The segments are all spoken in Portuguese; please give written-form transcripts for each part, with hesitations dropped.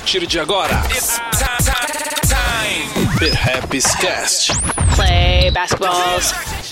partir de agora, it's time. Perhaps Cast. Play basketballs.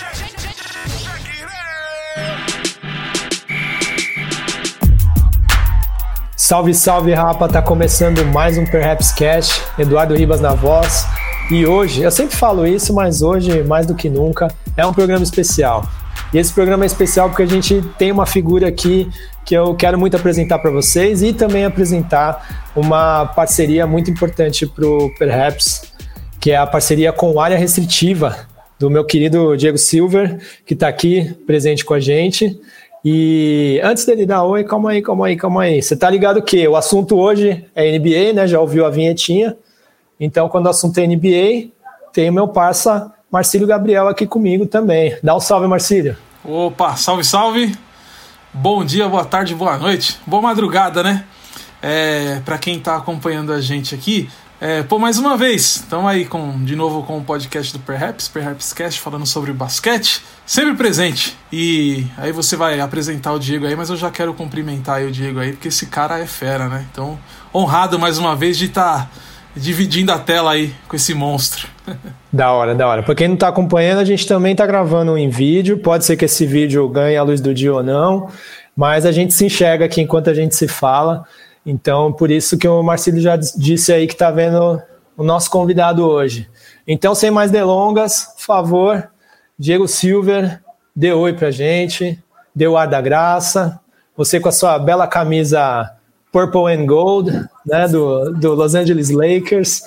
Salve, salve, rapa! Tá começando mais um Perhaps Cast, Eduardo Ribas na voz. E hoje, eu sempre falo isso, mas hoje, mais do que nunca, é um programa especial. E esse programa é especial porque a gente tem uma figura aqui que eu quero muito apresentar para vocês e também apresentar uma parceria muito importante para o Perhaps, que é a parceria com o Área Restritiva, do meu querido Diego Silver, que está aqui presente com a gente. E antes dele dar oi, calma aí. Você tá ligado que o assunto hoje é NBA, né? Já ouviu a vinhetinha? Então, quando o assunto é NBA, tem o meu parça Marcílio Gabriel aqui comigo também. Dá um salve, Marcílio. Opa, salve, salve. Bom dia, boa tarde, boa noite. Boa madrugada, né? Pra quem tá acompanhando a gente aqui, mais uma vez, estamos aí de novo com o podcast do Perhaps Cast, falando sobre basquete, sempre presente. E aí você vai apresentar o Diego aí, mas eu já quero cumprimentar aí o Diego aí, porque esse cara é fera, né? Então, honrado mais uma vez de estar dividindo a tela aí com esse monstro. Da hora. Pra quem não tá acompanhando, a gente também tá gravando em vídeo, pode ser que esse vídeo ganhe a luz do dia ou não, mas a gente se enxerga aqui enquanto a gente se fala. Então, por isso que o Marcílio já disse aí que tá vendo o nosso convidado hoje. Então, sem mais delongas, por favor, Diego Silver, dê oi pra gente, dê o ar da graça. Você com a sua bela camisa Purple and Gold, né, do Los Angeles Lakers.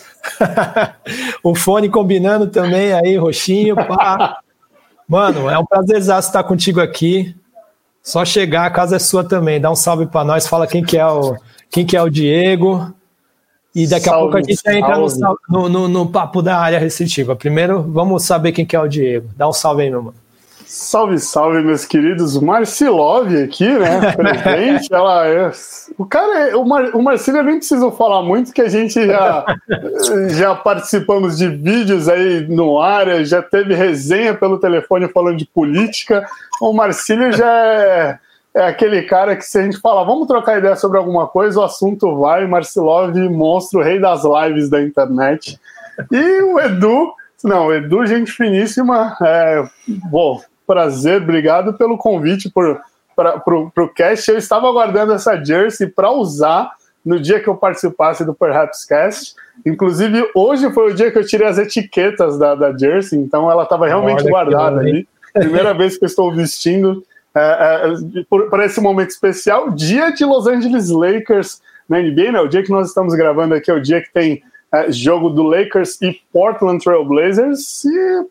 O fone combinando também aí, roxinho. Pá. Mano, é um prazerzaço estar contigo aqui. Só chegar, a casa é sua também. Dá um salve pra nós, fala quem que é o Diego, e daqui a pouco a gente entra no papo da área restritiva. Primeiro, vamos saber quem que é o Diego. Dá um salve aí, meu mano. Salve, salve, meus queridos. Marcilov aqui, né, presente. O Marcílio nem precisa falar muito, que a gente já participamos de vídeos aí no área, já teve resenha pelo telefone falando de política. O Marcílio já é aquele cara que, se a gente falar, vamos trocar ideia sobre alguma coisa, o assunto vai. Marcilov, monstro, rei das lives da internet. E o Edu, gente finíssima. Prazer, obrigado pelo convite pro cast. Eu estava aguardando essa jersey para usar no dia que eu participasse do Perhaps Cast. Inclusive, hoje foi o dia que eu tirei as etiquetas da jersey, então ela estava realmente guardada ali. Primeira vez que eu estou vestindo por esse momento especial, dia de Los Angeles Lakers na NBA, né? O dia que nós estamos gravando aqui é o dia que tem jogo do Lakers e Portland Trail Blazers. E,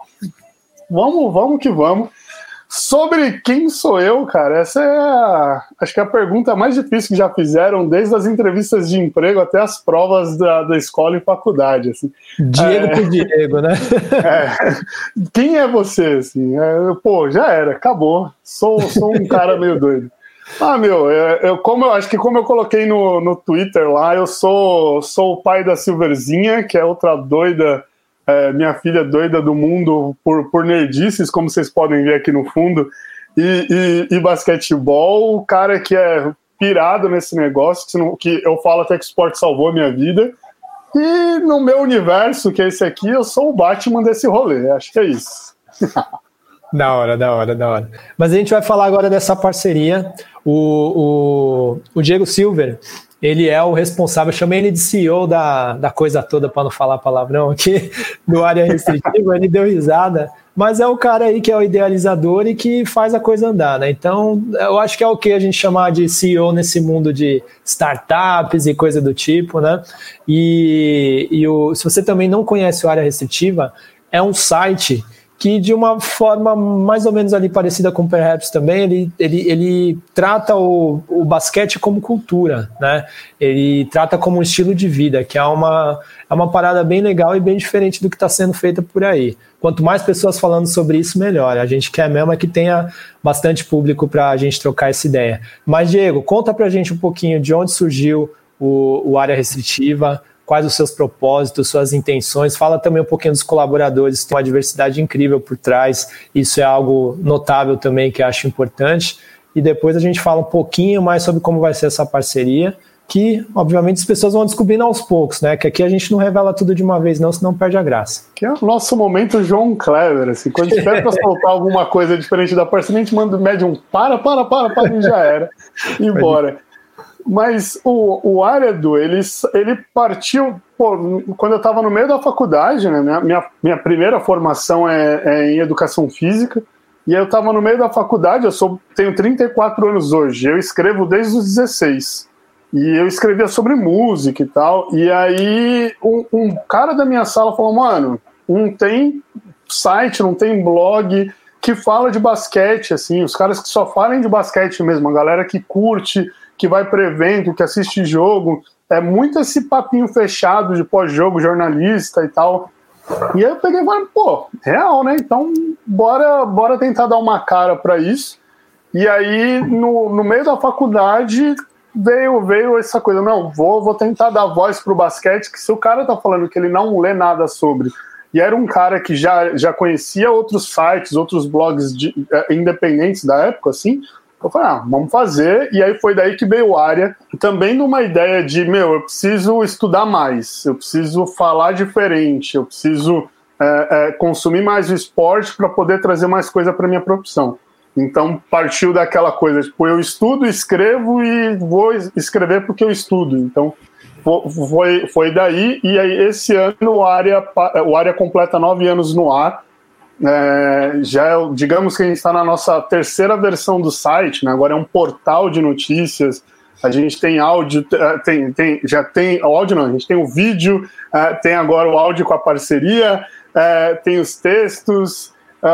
vamos que vamos. Sobre quem sou eu, cara, essa é acho que a pergunta mais difícil que já fizeram, desde as entrevistas de emprego até as provas da escola e faculdade. Assim. Diego por Diego, né? Quem é você? Assim? Já era, acabou. Sou um cara meio doido. Como eu coloquei no Twitter lá, eu sou o pai da Silverzinha, que é outra doida, minha filha doida do mundo por nerdices, como vocês podem ver aqui no fundo, e basquetebol, o cara que é pirado nesse negócio, que eu falo até que o esporte salvou a minha vida, e no meu universo, que é esse aqui, eu sou o Batman desse rolê, acho que é isso. Da hora. Mas a gente vai falar agora dessa parceria. O Diego Silver, ele é o responsável, eu chamei ele de CEO da coisa toda, para não falar palavrão aqui, do Área Restritiva, ele deu risada, mas é o cara aí que é o idealizador e que faz a coisa andar, né? Então, eu acho que é o que a gente chamar de CEO nesse mundo de startups e coisa do tipo, né? Se você também não conhece o Área Restritiva, é um site que, de uma forma mais ou menos ali parecida com o Perhaps também, ele trata o basquete como cultura, né? Ele trata como um estilo de vida, que é uma parada bem legal e bem diferente do que está sendo feita por aí. Quanto mais pessoas falando sobre isso, melhor. A gente quer mesmo que tenha bastante público para a gente trocar essa ideia. Mas, Diego, conta pra gente um pouquinho de onde surgiu o Área Restritiva, quais os seus propósitos, suas intenções. Fala também um pouquinho dos colaboradores, tem uma diversidade incrível por trás, isso é algo notável também que eu acho importante, e depois a gente fala um pouquinho mais sobre como vai ser essa parceria, que, obviamente, as pessoas vão descobrindo aos poucos, né? Que aqui a gente não revela tudo de uma vez, não, senão perde a graça. Que é o nosso momento João Kleber, assim. Quando tiver pra soltar alguma coisa diferente da parceria, a gente manda o médium, para, e já era. E bora. Mas o Áriado, ele partiu... Pô, quando eu estava no meio da faculdade, né? Minha primeira formação é em educação física, e eu estava no meio da faculdade, tenho 34 anos hoje, eu escrevo desde os 16. E eu escrevia sobre música e tal, e aí um cara da minha sala falou, mano, não tem site, não tem blog que fala de basquete, assim, os caras que só falam de basquete mesmo, a galera que curte, que vai para evento, que assiste jogo, é muito esse papinho fechado de pós-jogo, jornalista e tal. E aí eu peguei e falei, pô, real, né? Então bora tentar dar uma cara para isso. E aí, no meio da faculdade, veio essa coisa, não, vou tentar dar voz pro basquete, que se o cara tá falando que ele não lê nada sobre, e era um cara que já conhecia outros sites, outros blogs independentes da época, assim, eu falei, vamos fazer, e aí foi daí que veio o Área, também numa ideia de, eu preciso estudar mais, eu preciso falar diferente, eu preciso consumir mais o esporte para poder trazer mais coisa para minha profissão. Então partiu daquela coisa, tipo, eu estudo, escrevo e vou escrever porque eu estudo. Então foi daí, e aí esse ano o Área completa 9 anos no ar. Digamos que a gente está na nossa terceira versão do site, né? Agora é um portal de notícias, a gente tem áudio, já tem o áudio não, a gente tem o vídeo, tem agora o áudio com a parceria, tem os textos,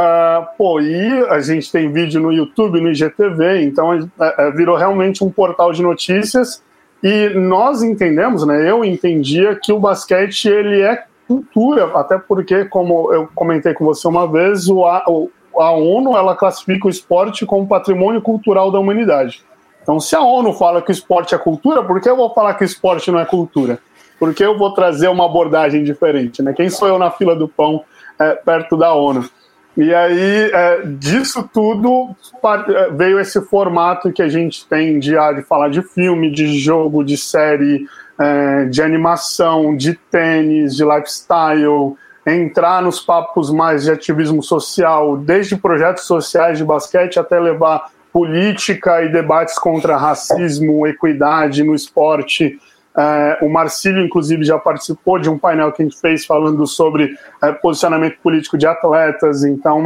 e a gente tem vídeo no YouTube, no IGTV, então virou realmente um portal de notícias, e nós entendemos, né, eu entendia que o basquete ele é cultura, até porque, como eu comentei com você uma vez, a ONU ela classifica o esporte como patrimônio cultural da humanidade. Então, se a ONU fala que o esporte é cultura, por que eu vou falar que o esporte não é cultura? Por que eu vou trazer uma abordagem diferente, né? Quem sou eu na fila do pão perto da ONU? E aí, disso tudo, veio esse formato que a gente tem de falar de filme, de jogo, de série, de animação, de tênis, de lifestyle, entrar nos papos mais de ativismo social, desde projetos sociais de basquete até levar política e debates contra racismo, equidade no esporte. O Marcílio, inclusive, já participou de um painel que a gente fez falando sobre posicionamento político de atletas. Então,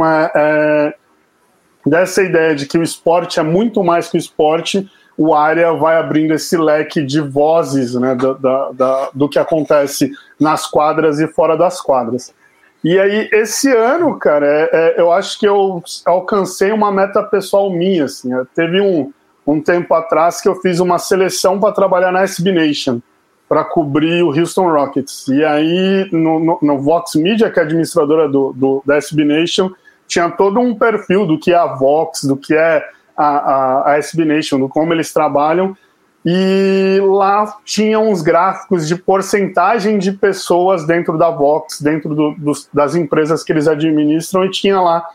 dessa ideia de que o esporte é muito mais que o esporte, o Área vai abrindo esse leque de vozes, né, do que acontece nas quadras e fora das quadras. E aí, esse ano, cara, eu acho que eu alcancei uma meta pessoal minha. Assim, teve um tempo atrás que eu fiz uma seleção para trabalhar na SB Nation, para cobrir o Houston Rockets. E aí, no Vox Media, que é a administradora da SB Nation, tinha todo um perfil do que é a Vox, do que é a SB Nation, do como eles trabalham, e lá tinha uns gráficos de porcentagem de pessoas dentro da Vox, dentro das empresas que eles administram, e tinha lá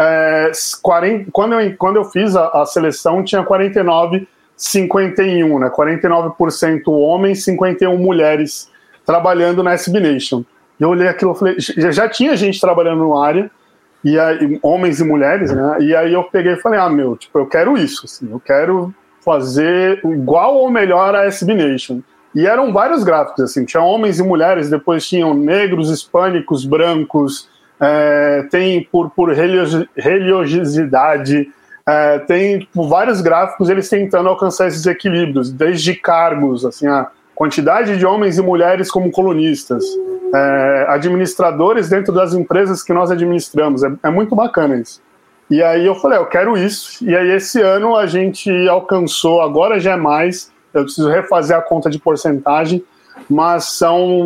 40, quando eu fiz a seleção, tinha 49-51, né? 49% homens, 51 mulheres trabalhando na SB Nation. Eu olhei aquilo e falei, já tinha gente trabalhando no Área, e aí, homens e mulheres, né? E aí eu peguei e falei, eu quero isso, assim, eu quero fazer igual ou melhor a SB Nation. E eram vários gráficos, assim, tinha homens e mulheres, depois tinham negros, hispânicos, brancos, tem por religiosidade, tem vários gráficos eles tentando alcançar esses equilíbrios, desde cargos, assim, a quantidade de homens e mulheres como colunistas, administradores dentro das empresas que nós administramos, é muito bacana isso. E aí eu falei, eu quero isso, e aí esse ano a gente alcançou, agora já é mais, eu preciso refazer a conta de porcentagem, mas são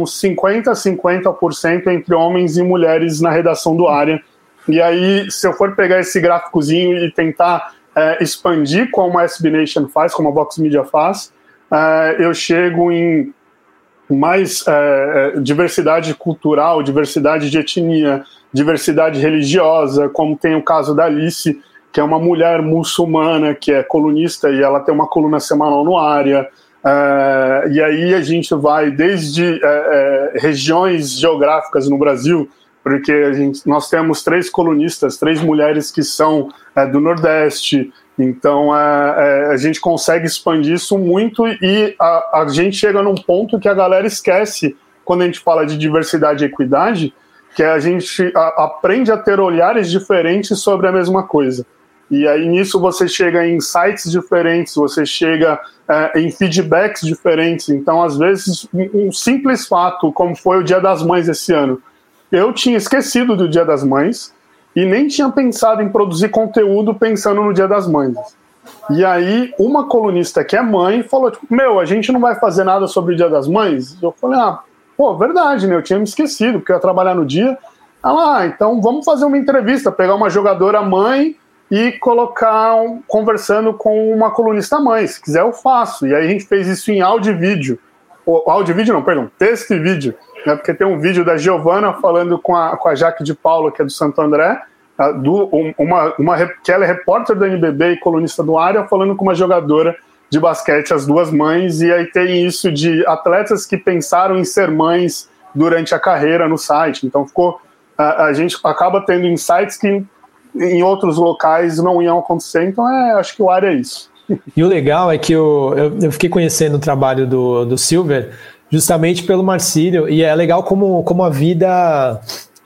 50% entre homens e mulheres na redação do Área. E aí, se eu for pegar esse gráficozinho e tentar expandir como a SB Nation faz, como a Vox Media faz, eu chego em mais diversidade cultural, diversidade de etnia, diversidade religiosa, como tem o caso da Alice, que é uma mulher muçulmana, que é colunista, e ela tem uma coluna semanal no Área. E aí a gente vai desde regiões geográficas no Brasil, porque nós temos 3 colunistas, 3 mulheres que são do Nordeste, então a gente consegue expandir isso muito e a gente chega num ponto que a galera esquece quando a gente fala de diversidade e equidade, que a gente aprende a ter olhares diferentes sobre a mesma coisa. E aí nisso você chega em insights diferentes, você chega em feedbacks diferentes. Então, às vezes, um simples fato, como foi o Dia das Mães esse ano, eu tinha esquecido do Dia das Mães e nem tinha pensado em produzir conteúdo pensando no Dia das Mães. E aí, uma colunista que é mãe falou, tipo, a gente não vai fazer nada sobre o Dia das Mães? Eu falei, verdade, né? Eu tinha me esquecido, porque eu ia trabalhar no dia. Então vamos fazer uma entrevista, pegar uma jogadora mãe e colocar conversando com uma colunista mãe. Se quiser, eu faço. E aí a gente fez isso em áudio e vídeo. Texto e vídeo. Né? Porque tem um vídeo da Giovana falando com a Jaque de Paula, que é do Santo André, que ela é repórter do NBB e colunista do Área, falando com uma jogadora de basquete, as 2 mães, e aí tem isso de atletas que pensaram em ser mães durante a carreira no site. Então a gente acaba tendo insights que em outros locais não iam acontecer, então acho que o Área é isso. E o legal é que eu fiquei conhecendo o trabalho do Silver justamente pelo Marcílio, e é legal como a vida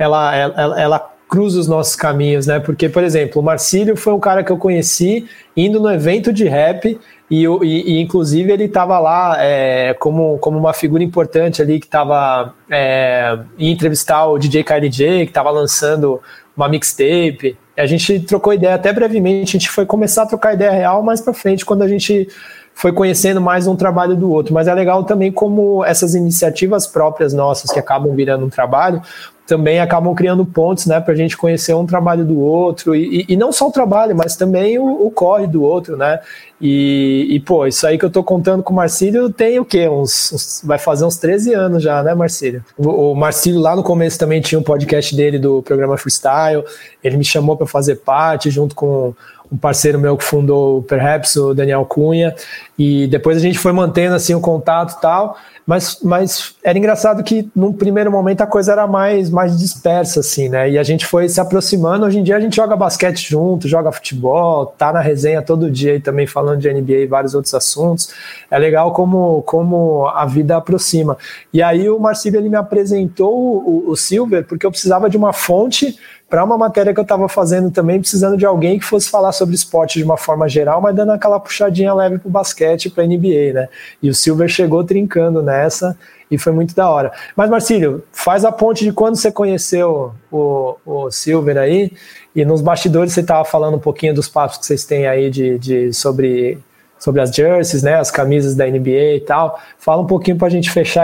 ela cruza os nossos caminhos, né? Porque, por exemplo, o Marcílio foi um cara que eu conheci indo no evento de rap, e inclusive ele estava lá como uma figura importante ali, que estava em entrevistar o DJ KLJ, que estava lançando uma mixtape. A gente trocou ideia até brevemente, a gente foi começar a trocar ideia real mais pra frente, quando a gente foi conhecendo mais um trabalho do outro. Mas é legal também como essas iniciativas próprias nossas, que acabam virando um trabalho, também acabam criando pontos, né, pra gente conhecer um trabalho do outro, e não só o trabalho, mas também o corre do outro, né, isso aí que eu tô contando com o Marcílio tem o quê? Vai fazer uns 13 anos já, né, Marcílio? O Marcílio lá no começo também tinha um podcast dele do programa Freestyle, ele me chamou para fazer parte, junto com um parceiro meu que fundou o Perhaps, o Daniel Cunha, e depois a gente foi mantendo assim o contato e tal, mas era engraçado que num primeiro momento a coisa era mais dispersa, assim, né, e a gente foi se aproximando. Hoje em dia a gente joga basquete junto, joga futebol, tá na resenha todo dia e também falando de NBA e vários outros assuntos. É legal como a vida aproxima. E aí o Marcílio, ele me apresentou o Silver, porque eu precisava de uma fonte para uma matéria que eu estava fazendo também, precisando de alguém que fosse falar sobre esporte de uma forma geral, mas dando aquela puxadinha leve pro basquete, pra NBA, né? E o Silver chegou trincando nessa, e foi muito da hora. Mas, Marcílio, faz a ponte de quando você conheceu o Silver aí, e nos bastidores você estava falando um pouquinho dos papos que vocês têm aí sobre as jerseys, né, as camisas da NBA e tal. Fala um pouquinho pra gente fechar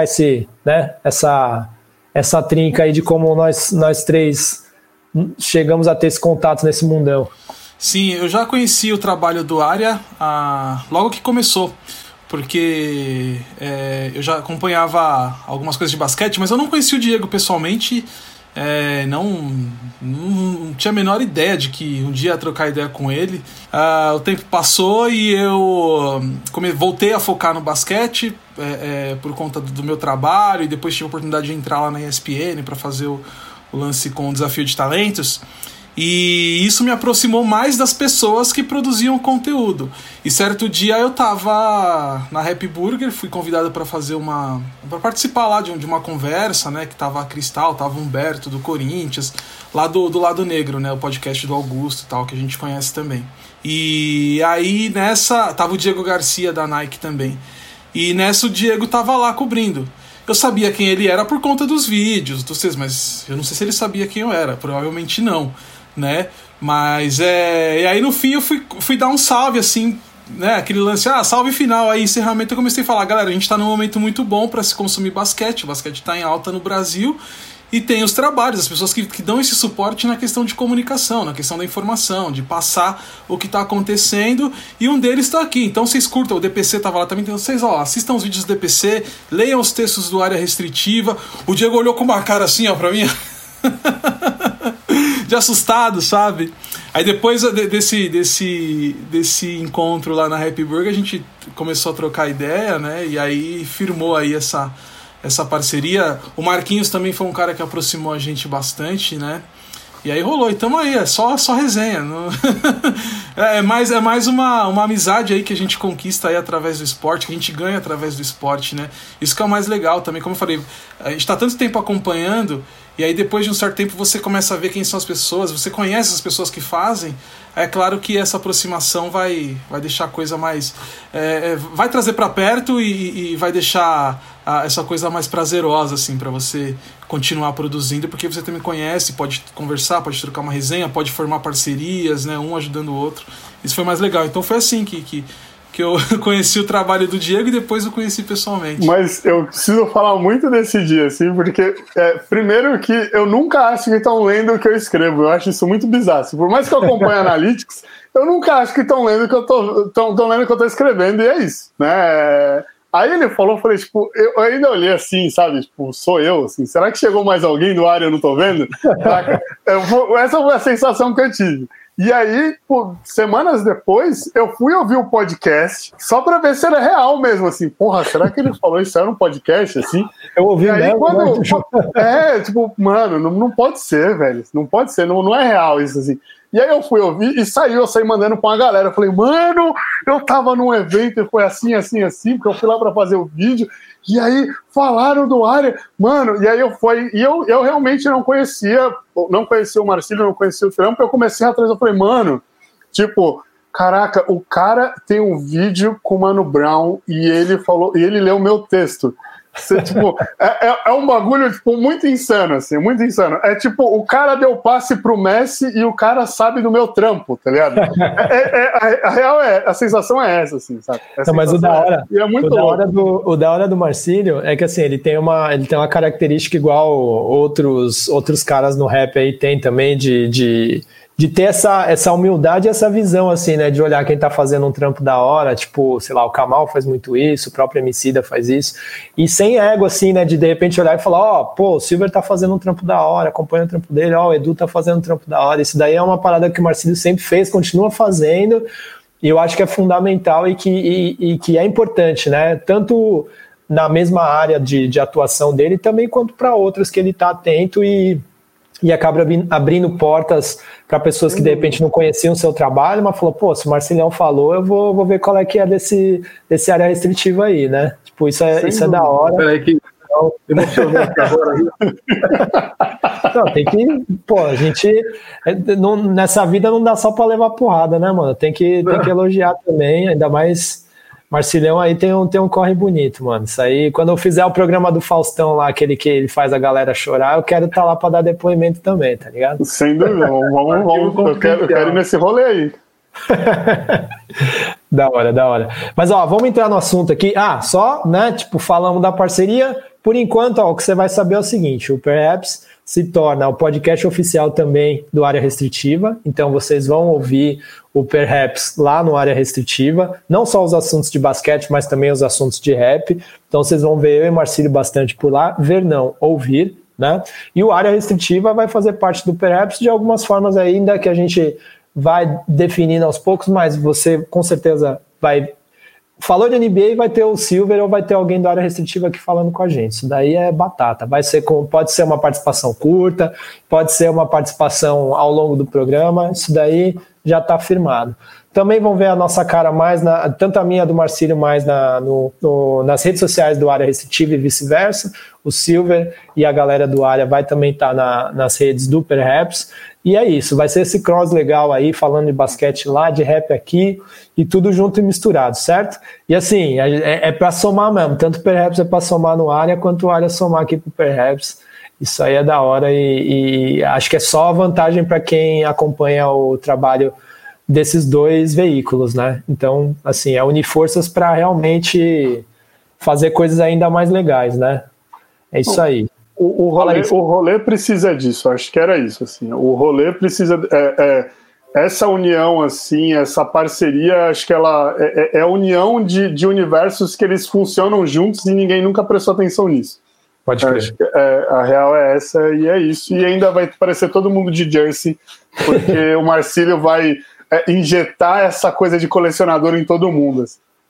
essa trinca aí de como nós 3 chegamos a ter esse contato nesse mundão. Sim, eu já conheci o trabalho do Área logo que começou, porque eu já acompanhava algumas coisas de basquete, mas eu não conhecia o Diego pessoalmente, não tinha a menor ideia de que um dia ia trocar ideia com ele. O tempo passou e eu voltei a focar no basquete por conta do meu trabalho, e depois tive a oportunidade de entrar lá na ESPN para fazer o lance com o Desafio de Talentos, e isso me aproximou mais das pessoas que produziam conteúdo. E certo dia eu tava na Happy Burger, fui convidado para participar lá de uma conversa, né, que tava a Cristal, tava o Humberto do Corinthians, lá do Lado Negro, né, o podcast do Augusto e tal, que a gente conhece também. E aí nessa tava o Diego Garcia da Nike também, e nessa o Diego tava lá cobrindo. Eu sabia quem ele era por conta dos vídeos, mas eu não sei se ele sabia quem eu era, provavelmente não, né? Mas e aí no fim eu fui dar um salve, assim, né? Aquele lance, salve final, aí encerramento. Eu comecei a falar, galera, a gente tá num momento muito bom para se consumir basquete, o basquete tá em alta no Brasil, e tem os trabalhos, as pessoas que dão esse suporte na questão de comunicação, na questão da informação, de passar o que está acontecendo, e um deles está aqui. Então vocês curtam, o DPC estava lá também, então vocês assistam os vídeos do DPC, leiam os textos do Área Restritiva. O Diego olhou com uma cara assim, pra mim, de assustado, sabe? Aí depois desse encontro lá na Happy Burger, a gente começou a trocar ideia, né? E aí firmou aí essa parceria. O Marquinhos também foi um cara que aproximou a gente bastante, né? E aí rolou, e tamo aí, é só resenha. Não... é mais uma amizade aí que a gente conquista aí através do esporte, que a gente ganha através do esporte, né? Isso que é o mais legal também, como eu falei, a gente tá tanto tempo acompanhando, e aí depois de um certo tempo você começa a ver quem são as pessoas, você conhece as pessoas que fazem, é claro que essa aproximação vai deixar a coisa mais... vai trazer para perto e vai deixar essa coisa mais prazerosa, assim, para você continuar produzindo, porque você também conhece, pode conversar, pode trocar uma resenha, pode formar parcerias, né, um ajudando o outro. Isso foi mais legal. Então foi assim que eu conheci o trabalho do Diego e depois eu conheci pessoalmente. Mas eu preciso falar muito desse dia, assim, porque primeiro que eu nunca acho que estão lendo o que eu escrevo. Eu acho isso muito bizarro. Por mais que eu acompanhe Analytics, eu nunca acho que estão lendo o que eu tô escrevendo, e é isso, né? Aí ele falou, eu falei, tipo, eu ainda olhei assim, sabe, tipo, sou eu, assim, será que chegou mais alguém do área e eu não tô vendo? Essa foi a sensação que eu tive. E aí, pô, semanas depois, eu fui ouvir o podcast só pra ver se era real mesmo, assim, porra, será que ele falou isso era um podcast, assim? Eu ouvi mesmo, quando, tipo, mano, não pode ser, velho, não pode ser, não é real isso, assim. E aí eu fui ouvir e eu saí mandando pra uma galera. Eu falei, mano, eu tava num evento e foi assim, porque eu fui lá pra fazer o vídeo. E aí falaram do área, mano, e aí eu realmente não conhecia o Marcílio, não conhecia o Trampo. Eu comecei atrás, eu falei, mano, tipo, caraca, o cara tem um vídeo com o Mano Brown e ele leu o meu texto. Você, tipo, é um bagulho tipo, muito insano, assim, muito insano. É tipo, o cara deu passe pro Messi e o cara sabe do meu trampo, tá ligado? A real a sensação é essa, assim, sabe? Não, mas o da hora do Marcílio é que, assim, ele tem uma característica igual outros caras no rap aí tem também de ter essa humildade e essa visão, assim, né, de olhar quem tá fazendo um trampo da hora, tipo, sei lá, o Kamal faz muito isso, o próprio Emicida faz isso, e sem ego, assim, né, de repente olhar e falar, pô, o Silver tá fazendo um trampo da hora, acompanha o trampo dele, o Edu tá fazendo um trampo da hora, isso daí é uma parada que o Marcílio sempre fez, continua fazendo, e eu acho que é fundamental e que é importante, né, tanto na mesma área de atuação dele, também quanto para outras que ele tá atento e acaba abrindo portas para pessoas que de repente não conheciam o seu trabalho, mas falou, pô, se o Marcilhão falou, eu vou ver qual é que é desse área restritiva aí, né? Tipo, isso é da hora. Peraí que emocionou aqui agora. Não, tem que, pô, a gente nessa vida não dá só para levar porrada, né, mano? Tem que elogiar também, ainda mais Marcilhão aí tem um corre bonito, mano. Isso aí, quando eu fizer o programa do Faustão lá, aquele que ele faz a galera chorar, eu quero estar lá pra dar depoimento também, tá ligado? Sem dúvida, vamos, eu quero ir nesse rolê aí. Da hora. Mas, ó, vamos entrar no assunto aqui. Só, né, tipo, falamos da parceria. Por enquanto, ó, o que você vai saber é o seguinte, o Perhaps se torna o podcast oficial também do Área Restritiva, então vocês vão ouvir o Perhaps lá no Área Restritiva, não só os assuntos de basquete, mas também os assuntos de rap, então vocês vão ver eu e Marcílio bastante por lá, ver não, ouvir, né? E o Área Restritiva vai fazer parte do Perhaps de algumas formas ainda que a gente vai definindo aos poucos, mas você com certeza vai... Falou de NBA, vai ter o Silver ou vai ter alguém da área restritiva aqui falando com a gente. Isso daí é batata. Pode ser uma participação curta, pode ser uma participação ao longo do programa. Isso daí já está firmado. Também vão ver a nossa cara mais, tanto a minha do Marcílio, mais nas redes sociais do Área Restritiva e vice-versa. O Silver e a galera do Área vai também estar nas redes do Perhaps. E é isso, vai ser esse cross legal aí, falando de basquete lá, de rap aqui, e tudo junto e misturado, certo? E assim, é para somar mesmo, tanto o Perhaps é para somar no Área, quanto o Área somar aqui pro Perhaps. Isso aí é da hora e acho que é só vantagem para quem acompanha o trabalho desses dois veículos, né? Então, assim, é unir forças para realmente fazer coisas ainda mais legais, né? É isso aí. O rolê precisa disso, acho que era isso, assim, o rolê precisa, essa união, assim, essa parceria, acho que ela é a união de universos que eles funcionam juntos e ninguém nunca prestou atenção nisso. Pode crer. Acho que a real é essa e é isso, e ainda vai parecer todo mundo de jersey, porque o Marcílio vai injetar essa coisa de colecionador em todo mundo, assim.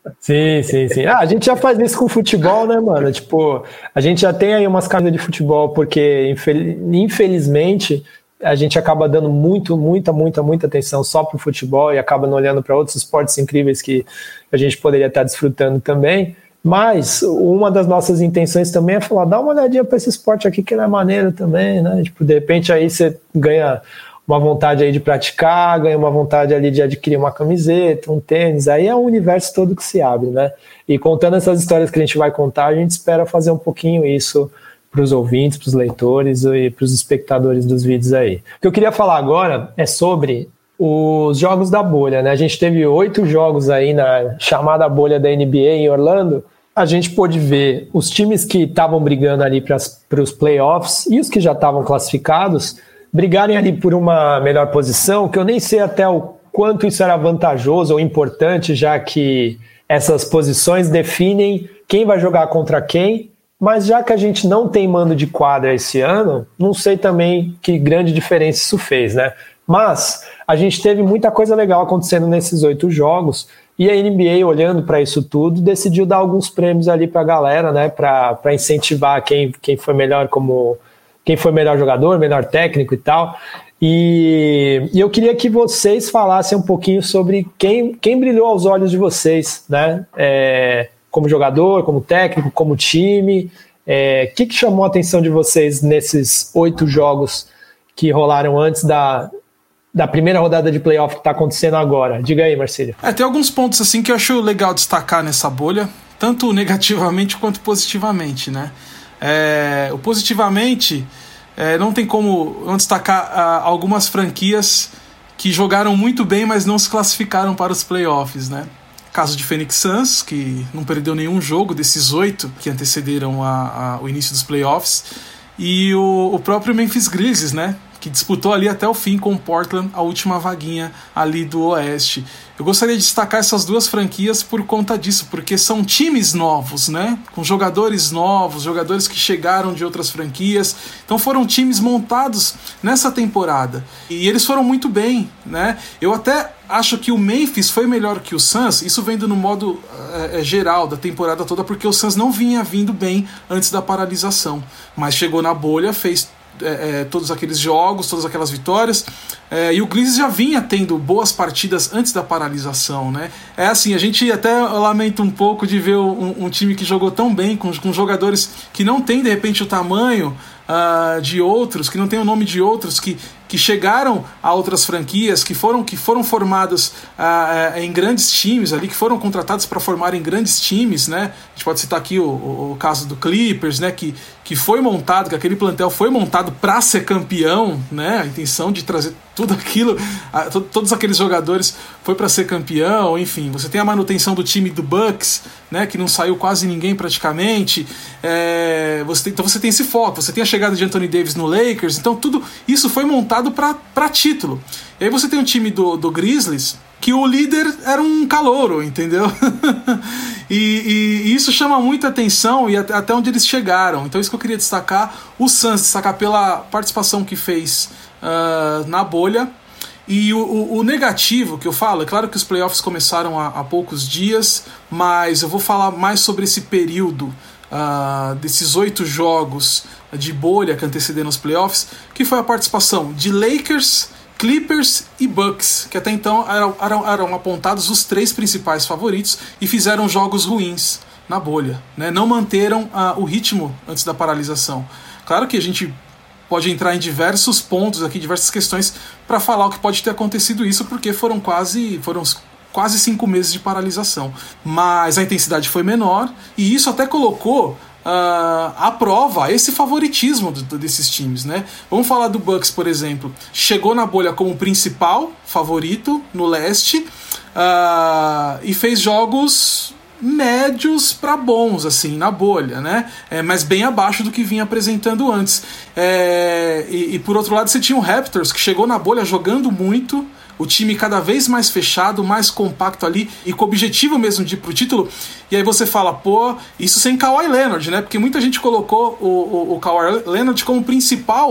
Sim. A gente já faz isso com futebol, né, mano? Tipo, a gente já tem aí umas camisas de futebol, porque infelizmente a gente acaba dando muita atenção só pro futebol e acaba não olhando para outros esportes incríveis que a gente poderia estar desfrutando também. Mas uma das nossas intenções também é falar, dá uma olhadinha para esse esporte aqui que ele é maneiro também, né? Tipo, de repente aí você ganha uma vontade aí de praticar, ganha uma vontade ali de adquirir uma camiseta, um tênis, aí é um universo todo que se abre, né? E contando essas histórias que a gente vai contar, a gente espera fazer um pouquinho isso para os ouvintes, para os leitores e para os espectadores dos vídeos aí. O que eu queria falar agora é sobre os jogos da bolha, né? A gente teve 8 jogos aí na chamada bolha da NBA em Orlando. A gente pôde ver os times que estavam brigando ali para os playoffs e os que já estavam classificados brigarem ali por uma melhor posição, que eu nem sei até o quanto isso era vantajoso ou importante, já que essas posições definem quem vai jogar contra quem, mas já que a gente não tem mando de quadra esse ano, não sei também que grande diferença isso fez, né? Mas a gente teve muita coisa legal acontecendo nesses 8 jogos, e a NBA, olhando para isso tudo, decidiu dar alguns prêmios ali para a galera, né, para incentivar quem foi melhor quem foi melhor jogador, melhor técnico e tal. E eu queria que vocês falassem um pouquinho sobre quem brilhou aos olhos de vocês, né? Como jogador, como técnico, como time. O que chamou a atenção de vocês nesses 8 jogos que rolaram antes da primeira rodada de playoff que está acontecendo agora? Diga aí, Marcílio. Tem alguns pontos assim que eu acho legal destacar nessa bolha, tanto negativamente quanto positivamente, né? O positivamente, não tem como não destacar algumas franquias que jogaram muito bem, mas não se classificaram para os playoffs, né? Caso de Phoenix Suns, que não perdeu nenhum jogo desses 8 que antecederam o início dos playoffs, e o próprio Memphis Grizzlies, né? Que disputou ali até o fim com o Portland a última vaguinha ali do Oeste. Eu gostaria de destacar essas 2 franquias por conta disso, porque são times novos, né? Com jogadores novos, jogadores que chegaram de outras franquias. Então foram times montados nessa temporada. E eles foram muito bem, né? Eu até acho que o Memphis foi melhor que o Suns, isso vendo no modo geral da temporada toda, porque o Suns não vinha vindo bem antes da paralisação. Mas chegou na bolha, fez todos aqueles jogos, todas aquelas vitórias, e o Grizzlies já vinha tendo boas partidas antes da paralisação, né? Assim, a gente até lamenta um pouco de ver um time que jogou tão bem, com jogadores que não tem de repente o tamanho de outros, que não tem o nome de outros, que chegaram a outras franquias, que foram formados em grandes times ali, que foram contratados para formar em grandes times, né? A gente pode citar aqui o caso do Clippers, né? Que foi montado, que aquele plantel foi montado para ser campeão, né? A intenção de trazer tudo aquilo, todos aqueles jogadores foi para ser campeão, enfim. Você tem a manutenção do time do Bucks, né? Que não saiu quase ninguém praticamente. Então você tem esse foco, você tem a chegada de Anthony Davis no Lakers, então tudo isso foi montado para título. E aí você tem um time do Grizzlies que o líder era um calouro, entendeu? e isso chama muita atenção e até onde eles chegaram. Então isso que eu queria destacar, o Suns destacar pela participação que fez na bolha. E o negativo que eu falo, é claro que os playoffs começaram há poucos dias, mas eu vou falar mais sobre esse período desses 8 jogos de bolha que antecederam os playoffs, que foi a participação de Lakers, Clippers e Bucks, que até então eram apontados os 3 principais favoritos e fizeram jogos ruins na bolha, né? Não manteram o ritmo antes da paralisação. Claro que a gente pode entrar em diversos pontos aqui, diversas questões para falar o que pode ter acontecido isso, porque foram quase 5 meses de paralisação, mas a intensidade foi menor e isso até colocou à prova esse favoritismo desses times, né? Vamos falar do Bucks, por exemplo. Chegou na bolha como principal favorito no leste e fez jogos médios para bons assim na bolha, né? Mas bem abaixo do que vinha apresentando antes. E por outro lado você tinha o Raptors, que chegou na bolha jogando muito, o time cada vez mais fechado, mais compacto ali e com o objetivo mesmo de ir pro título. E aí você fala, pô, isso sem Kawhi Leonard, né? Porque muita gente colocou o Kawhi Leonard como principal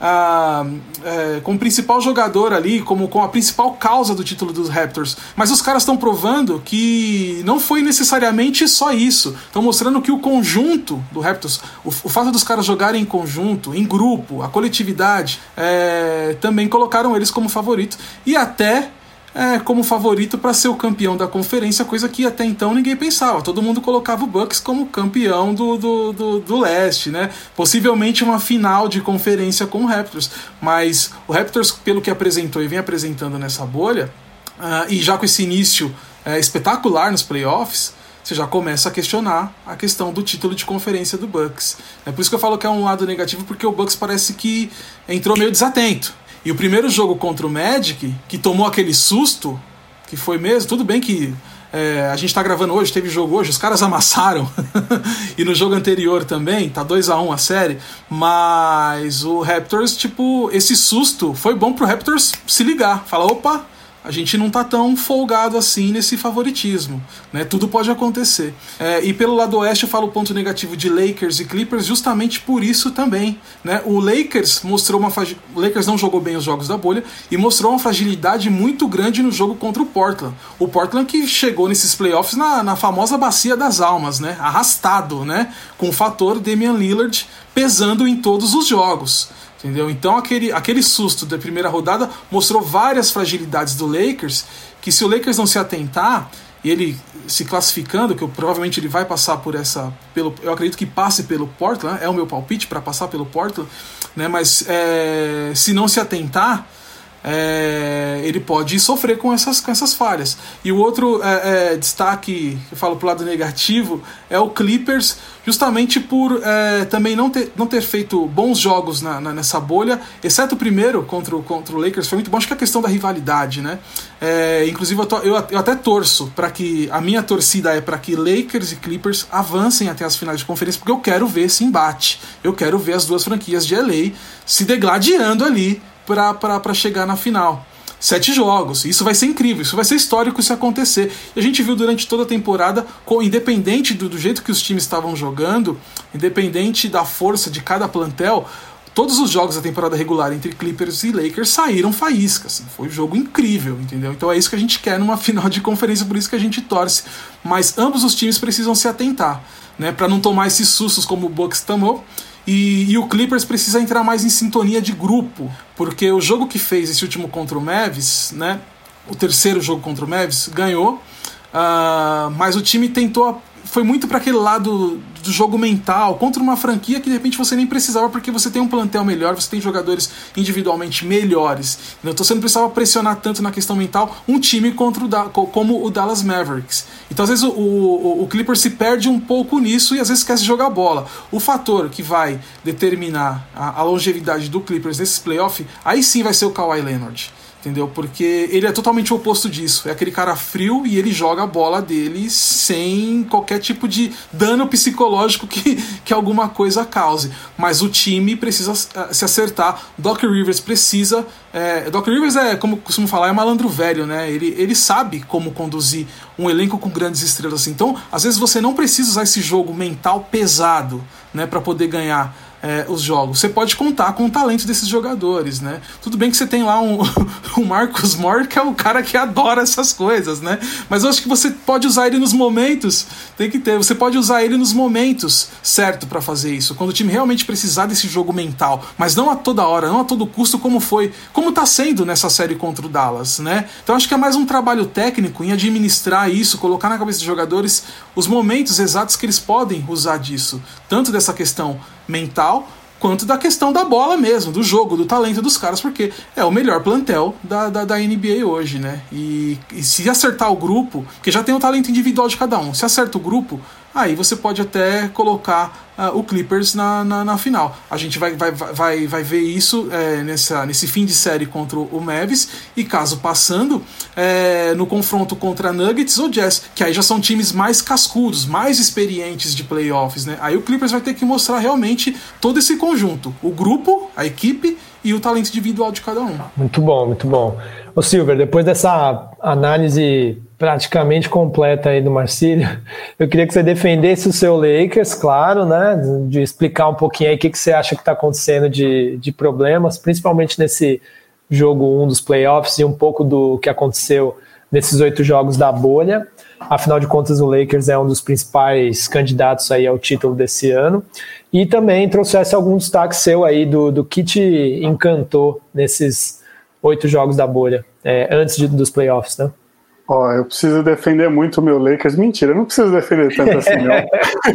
como principal jogador ali, como a principal causa do título dos Raptors. Mas os caras estão provando que não foi necessariamente só isso. Estão mostrando que o conjunto do Raptors, o fato dos caras jogarem em conjunto, em grupo, a coletividade, também colocaram eles como favorito. E até como favorito para ser o campeão da conferência, coisa que até então ninguém pensava. Todo mundo colocava o Bucks como campeão do leste, né? Possivelmente uma final de conferência com o Raptors. Mas o Raptors, pelo que apresentou e vem apresentando nessa bolha, e já com esse início espetacular nos playoffs, você já começa a questionar a questão do título de conferência do Bucks. É por isso que eu falo que é um lado negativo, porque o Bucks parece que entrou meio desatento. E o primeiro jogo contra o Magic, que tomou aquele susto, que foi mesmo, tudo bem que a gente tá gravando hoje, teve jogo hoje, os caras amassaram, e no jogo anterior também, tá 2-1 a série, mas o Raptors, esse susto foi bom pro Raptors se ligar, falar, opa, a gente não tá tão folgado assim nesse favoritismo, né? Tudo pode acontecer. E pelo lado oeste eu falo o ponto negativo de Lakers e Clippers justamente por isso também, né? O Lakers o Lakers não jogou bem os jogos da bolha e mostrou uma fragilidade muito grande no jogo contra o Portland. O Portland que chegou nesses playoffs na famosa bacia das almas, né? Arrastado, né? Com o fator Damian Lillard pesando em todos os jogos. Entendeu? Então aquele susto da primeira rodada mostrou várias fragilidades do Lakers, que se o Lakers não se atentar, e ele se classificando, que provavelmente ele vai passar por eu acredito que passe pelo Portland, é o meu palpite para passar pelo Portland, né? Mas se não se atentar, ele pode sofrer com essas falhas. E o outro destaque, eu falo pro lado negativo, é o Clippers, justamente por também não ter feito bons jogos nessa bolha, exceto o primeiro contra o Lakers, foi muito bom. Acho que é a questão da rivalidade, né? Inclusive eu até torço para que, a minha torcida é para que Lakers e Clippers avancem até as finais de conferência, porque eu quero ver esse embate, eu quero ver as duas franquias de LA se degladiando ali para chegar na final. 7 jogos, isso vai ser incrível, isso vai ser histórico se acontecer. E a gente viu durante toda a temporada, independente do jeito que os times estavam jogando, independente da força de cada plantel, todos os jogos da temporada regular entre Clippers e Lakers saíram faíscas. Foi um jogo incrível, entendeu? Então é isso que a gente quer numa final de conferência, por isso que a gente torce. Mas ambos os times precisam se atentar, né, para não tomar esses sustos como o Bucks tomou. E o Clippers precisa entrar mais em sintonia de grupo, porque o jogo que fez esse último contra o Mavs, né, o terceiro jogo contra o Mavs, ganhou, mas o time foi muito para aquele lado do jogo mental, contra uma franquia que de repente você nem precisava, porque você tem um plantel melhor, você tem jogadores individualmente melhores, então você não precisava pressionar tanto na questão mental um time como o Dallas Mavericks. Então às vezes o Clippers se perde um pouco nisso e às vezes esquece de jogar bola. O fator que vai determinar a longevidade do Clippers nesses playoffs, aí sim vai ser o Kawhi Leonard. Entendeu? Porque ele é totalmente o oposto disso. É aquele cara frio e ele joga a bola dele sem qualquer tipo de dano psicológico que alguma coisa cause. Mas o time precisa se acertar. Doc Rivers precisa... Doc Rivers como costumo falar, é malandro velho, né? Ele sabe como conduzir um elenco com grandes estrelas assim. Então, às vezes você não precisa usar esse jogo mental pesado, né, para poder ganhar os jogos. Você pode contar com o talento desses jogadores, né? Tudo bem que você tem lá o Marcus Morris, que é o cara que adora essas coisas, né? Mas eu acho que você pode usar ele nos momentos, você pode usar ele nos momentos certo para fazer isso, quando o time realmente precisar desse jogo mental, mas não a toda hora, não a todo custo, como tá sendo nessa série contra o Dallas, né? Então acho que é mais um trabalho técnico em administrar isso, colocar na cabeça dos jogadores os momentos exatos que eles podem usar disso, tanto dessa questão mental, quanto da questão da bola mesmo, do jogo, do talento dos caras, porque é o melhor plantel da NBA hoje, né? E se acertar o grupo, porque já tem o talento individual de cada um, se acerta o grupo, aí você pode até colocar o Clippers na final. A gente vai ver isso nesse fim de série contra o Mavs, e caso passando, no confronto contra Nuggets ou Jazz, que aí já são times mais cascudos, mais experientes de playoffs, né? Aí o Clippers vai ter que mostrar realmente todo esse conjunto, o grupo, a equipe e o talento individual de cada um. Muito bom, muito bom. Ô Silver, depois dessa análise praticamente completa aí do Marcílio, eu queria que você defendesse o seu Lakers, claro, né? né, de explicar um pouquinho aí o que você acha que está acontecendo de problemas, principalmente nesse jogo 1 dos playoffs e um pouco do que aconteceu nesses 8 jogos da bolha. Afinal de contas, o Lakers é um dos principais candidatos aí ao título desse ano. E também trouxesse algum destaque seu aí do que te encantou nesses 8 jogos da bolha, antes dos playoffs, né? Eu preciso defender muito o meu Lakers. Mentira, eu não preciso defender tanto assim, não.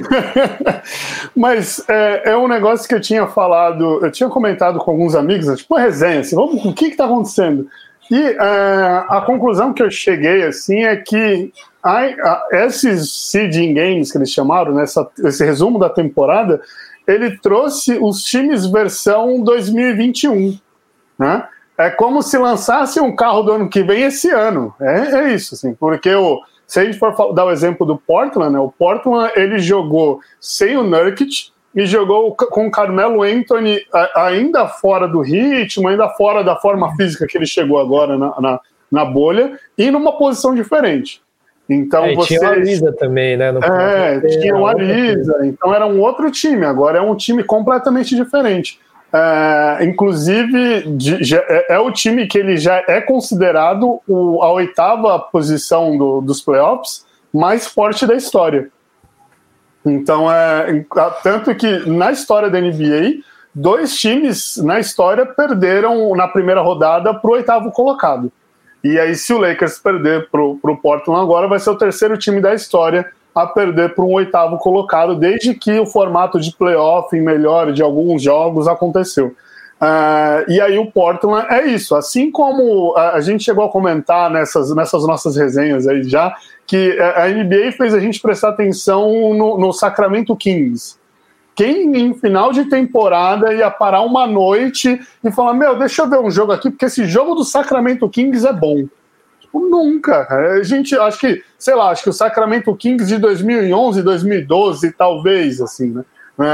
Mas é um negócio que eu tinha falado, eu tinha comentado com alguns amigos, tipo uma resenha, assim, o que está acontecendo? E a conclusão que eu cheguei, assim, é que esses seeding games que eles chamaram, né, esse resumo da temporada, ele trouxe os times versão 2021, né? É como se lançasse um carro do ano que vem esse ano. É isso, assim, porque se a gente for dar o exemplo do Portland, né, o Portland ele jogou sem o Nurkic e jogou com o Carmelo Anthony ainda fora do ritmo, ainda fora da forma física que ele chegou agora na bolha e numa posição diferente. Então tinha o Ariza também, né? Tinha o Ariza, então era um outro time, agora é um time completamente diferente. Inclusive é o time que ele já é considerado a 8ª posição dos playoffs mais forte da história. Então tanto que na história da NBA 2 times na história perderam na primeira rodada para o 8º colocado. E aí, se o Lakers perder para o Portland agora, vai ser o 3º time da história a perder para um 8º colocado, desde que o formato de playoff melhor de alguns jogos aconteceu. E aí o Portland é isso, assim como a gente chegou a comentar nessas nossas resenhas aí já, que a NBA fez a gente prestar atenção no Sacramento Kings. Quem em final de temporada ia parar uma noite e falar, deixa eu ver um jogo aqui, porque esse jogo do Sacramento Kings é bom. Tipo, nunca. A gente, acho que o Sacramento Kings de 2011, 2012, talvez, assim, né?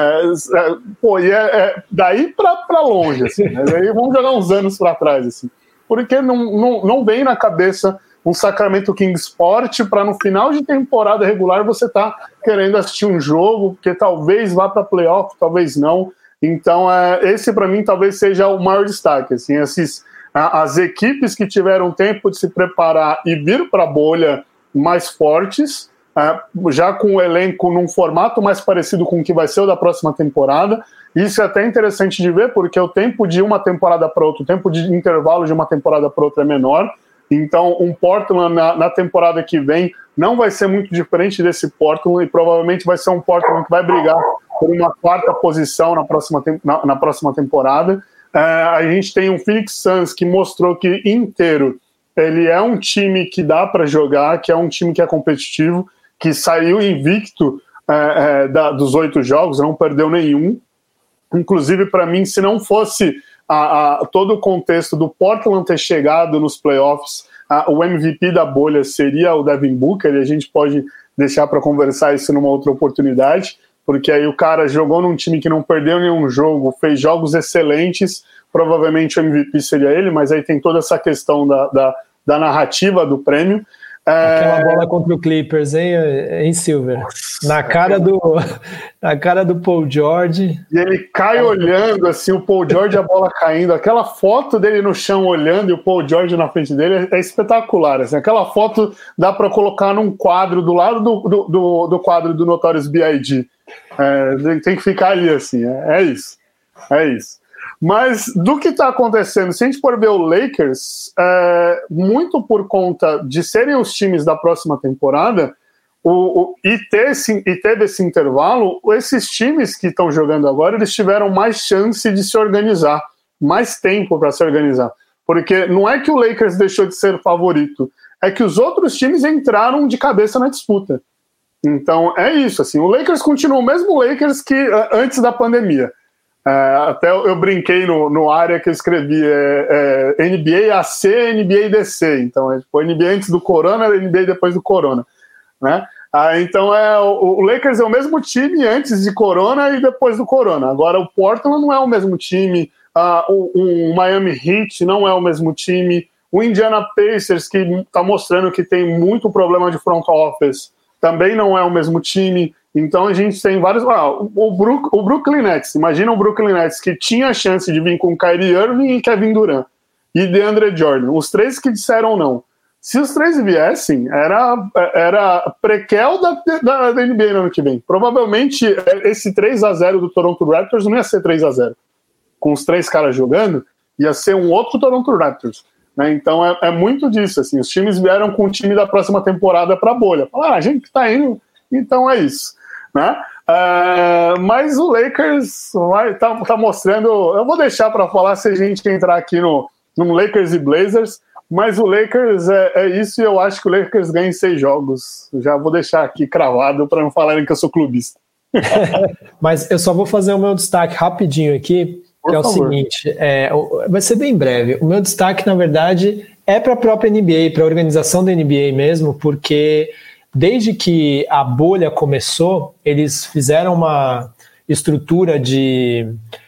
Daí pra longe, assim, né? Daí vamos jogar uns anos pra trás, assim. Porque não vem na cabeça um Sacramento Kings forte para no final de temporada regular você tá querendo assistir um jogo, porque talvez vá para playoff, talvez não. Então, esse para mim talvez seja o maior destaque. Assim, as equipes que tiveram tempo de se preparar e vir para a bolha mais fortes, já com o elenco num formato mais parecido com o que vai ser o da próxima temporada. Isso é até interessante de ver, porque o tempo de uma temporada para outra, o tempo de intervalo de uma temporada para outra é menor. Então, um Portland na temporada que vem não vai ser muito diferente desse Portland e provavelmente vai ser um Portland que vai brigar por uma 4ª posição na próxima temporada. A gente tem um Phoenix Suns que mostrou que inteiro ele é um time que dá para jogar, que é um time que é competitivo, que saiu invicto dos 8 jogos, não perdeu nenhum. Inclusive, para mim, se não fosse todo o contexto do Portland ter chegado nos playoffs, o MVP da bolha seria o Devin Booker, e a gente pode deixar para conversar isso numa outra oportunidade, porque aí o cara jogou num time que não perdeu nenhum jogo, fez jogos excelentes, provavelmente o MVP seria ele, mas aí tem toda essa questão da narrativa do prêmio. Aquela bola contra o Clippers, hein, Silver? Na cara do Paul George. E ele cai olhando, assim, o Paul George, a bola caindo. Aquela foto dele no chão olhando e o Paul George na frente dele é espetacular. Assim, aquela foto dá para colocar num quadro do lado do quadro do Notorious B.I.G. Tem que ficar ali, assim. É isso. Mas do que está acontecendo, se a gente for ver o Lakers, muito por conta de serem os times da próxima temporada, e teve esse intervalo, esses times que estão jogando agora, eles tiveram mais chance de se organizar, mais tempo para se organizar. Porque não é que o Lakers deixou de ser favorito, é que os outros times entraram de cabeça na disputa. Então é isso, assim, o Lakers continua o mesmo Lakers que antes da pandemia. Até eu brinquei no área que eu escrevi NBA AC, NBA DC. Então é tipo NBA antes do Corona, NBA depois do Corona, né? Então o Lakers é o mesmo time antes de Corona e depois do Corona. Agora o Portland não é o mesmo time, o Miami Heat não é o mesmo time, o Indiana Pacers, que está mostrando que tem muito problema de front office, também não é o mesmo time. Então a gente tem vários... o Brooklyn Nets, imagina o Brooklyn Nets que tinha a chance de vir com Kyrie Irving e Kevin Durant, e DeAndre Jordan, os três que disseram não. Se os três viessem, era prequel da NBA no ano que vem. Provavelmente esse 3-0 do Toronto Raptors não ia ser 3-0. Com os três caras jogando, ia ser um outro Toronto Raptors. Né? Então é muito disso. Assim, os times vieram com o time da próxima temporada para a bolha. Falaram, a gente tá indo, então é isso. Né? Mas o Lakers tá mostrando... Eu vou deixar para falar se a gente entrar aqui no Lakers e Blazers, mas o Lakers é isso, e eu acho que o Lakers ganha em 6 jogos. Já vou deixar aqui cravado para não falarem que eu sou clubista. Mas eu só vou fazer o meu destaque rapidinho aqui, que é o seguinte, vai ser bem breve. O meu destaque, na verdade, é para a própria NBA, para a organização da NBA mesmo, porque desde que a bolha começou, eles fizeram uma estrutura de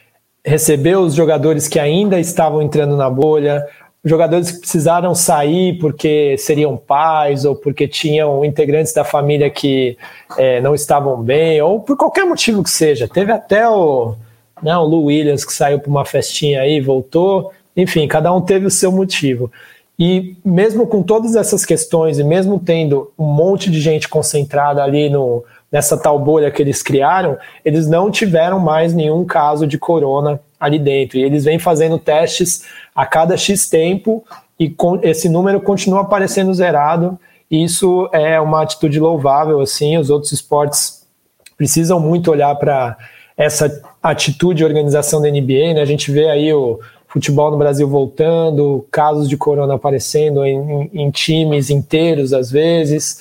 receber os jogadores que ainda estavam entrando na bolha, jogadores que precisaram sair porque seriam pais ou porque tinham integrantes da família que não estavam bem, ou por qualquer motivo que seja. Teve até o Lou Williams que saiu para uma festinha aí, voltou, enfim, cada um teve o seu motivo. E mesmo com todas essas questões, e mesmo tendo um monte de gente concentrada ali nessa tal bolha que eles criaram, eles não tiveram mais nenhum caso de corona ali dentro. E eles vêm fazendo testes a cada X tempo e esse número continua aparecendo zerado. E isso é uma atitude louvável, assim. Os outros esportes precisam muito olhar para essa atitude de organização da NBA, né? A gente vê aí o futebol no Brasil voltando, casos de corona aparecendo em times inteiros às vezes.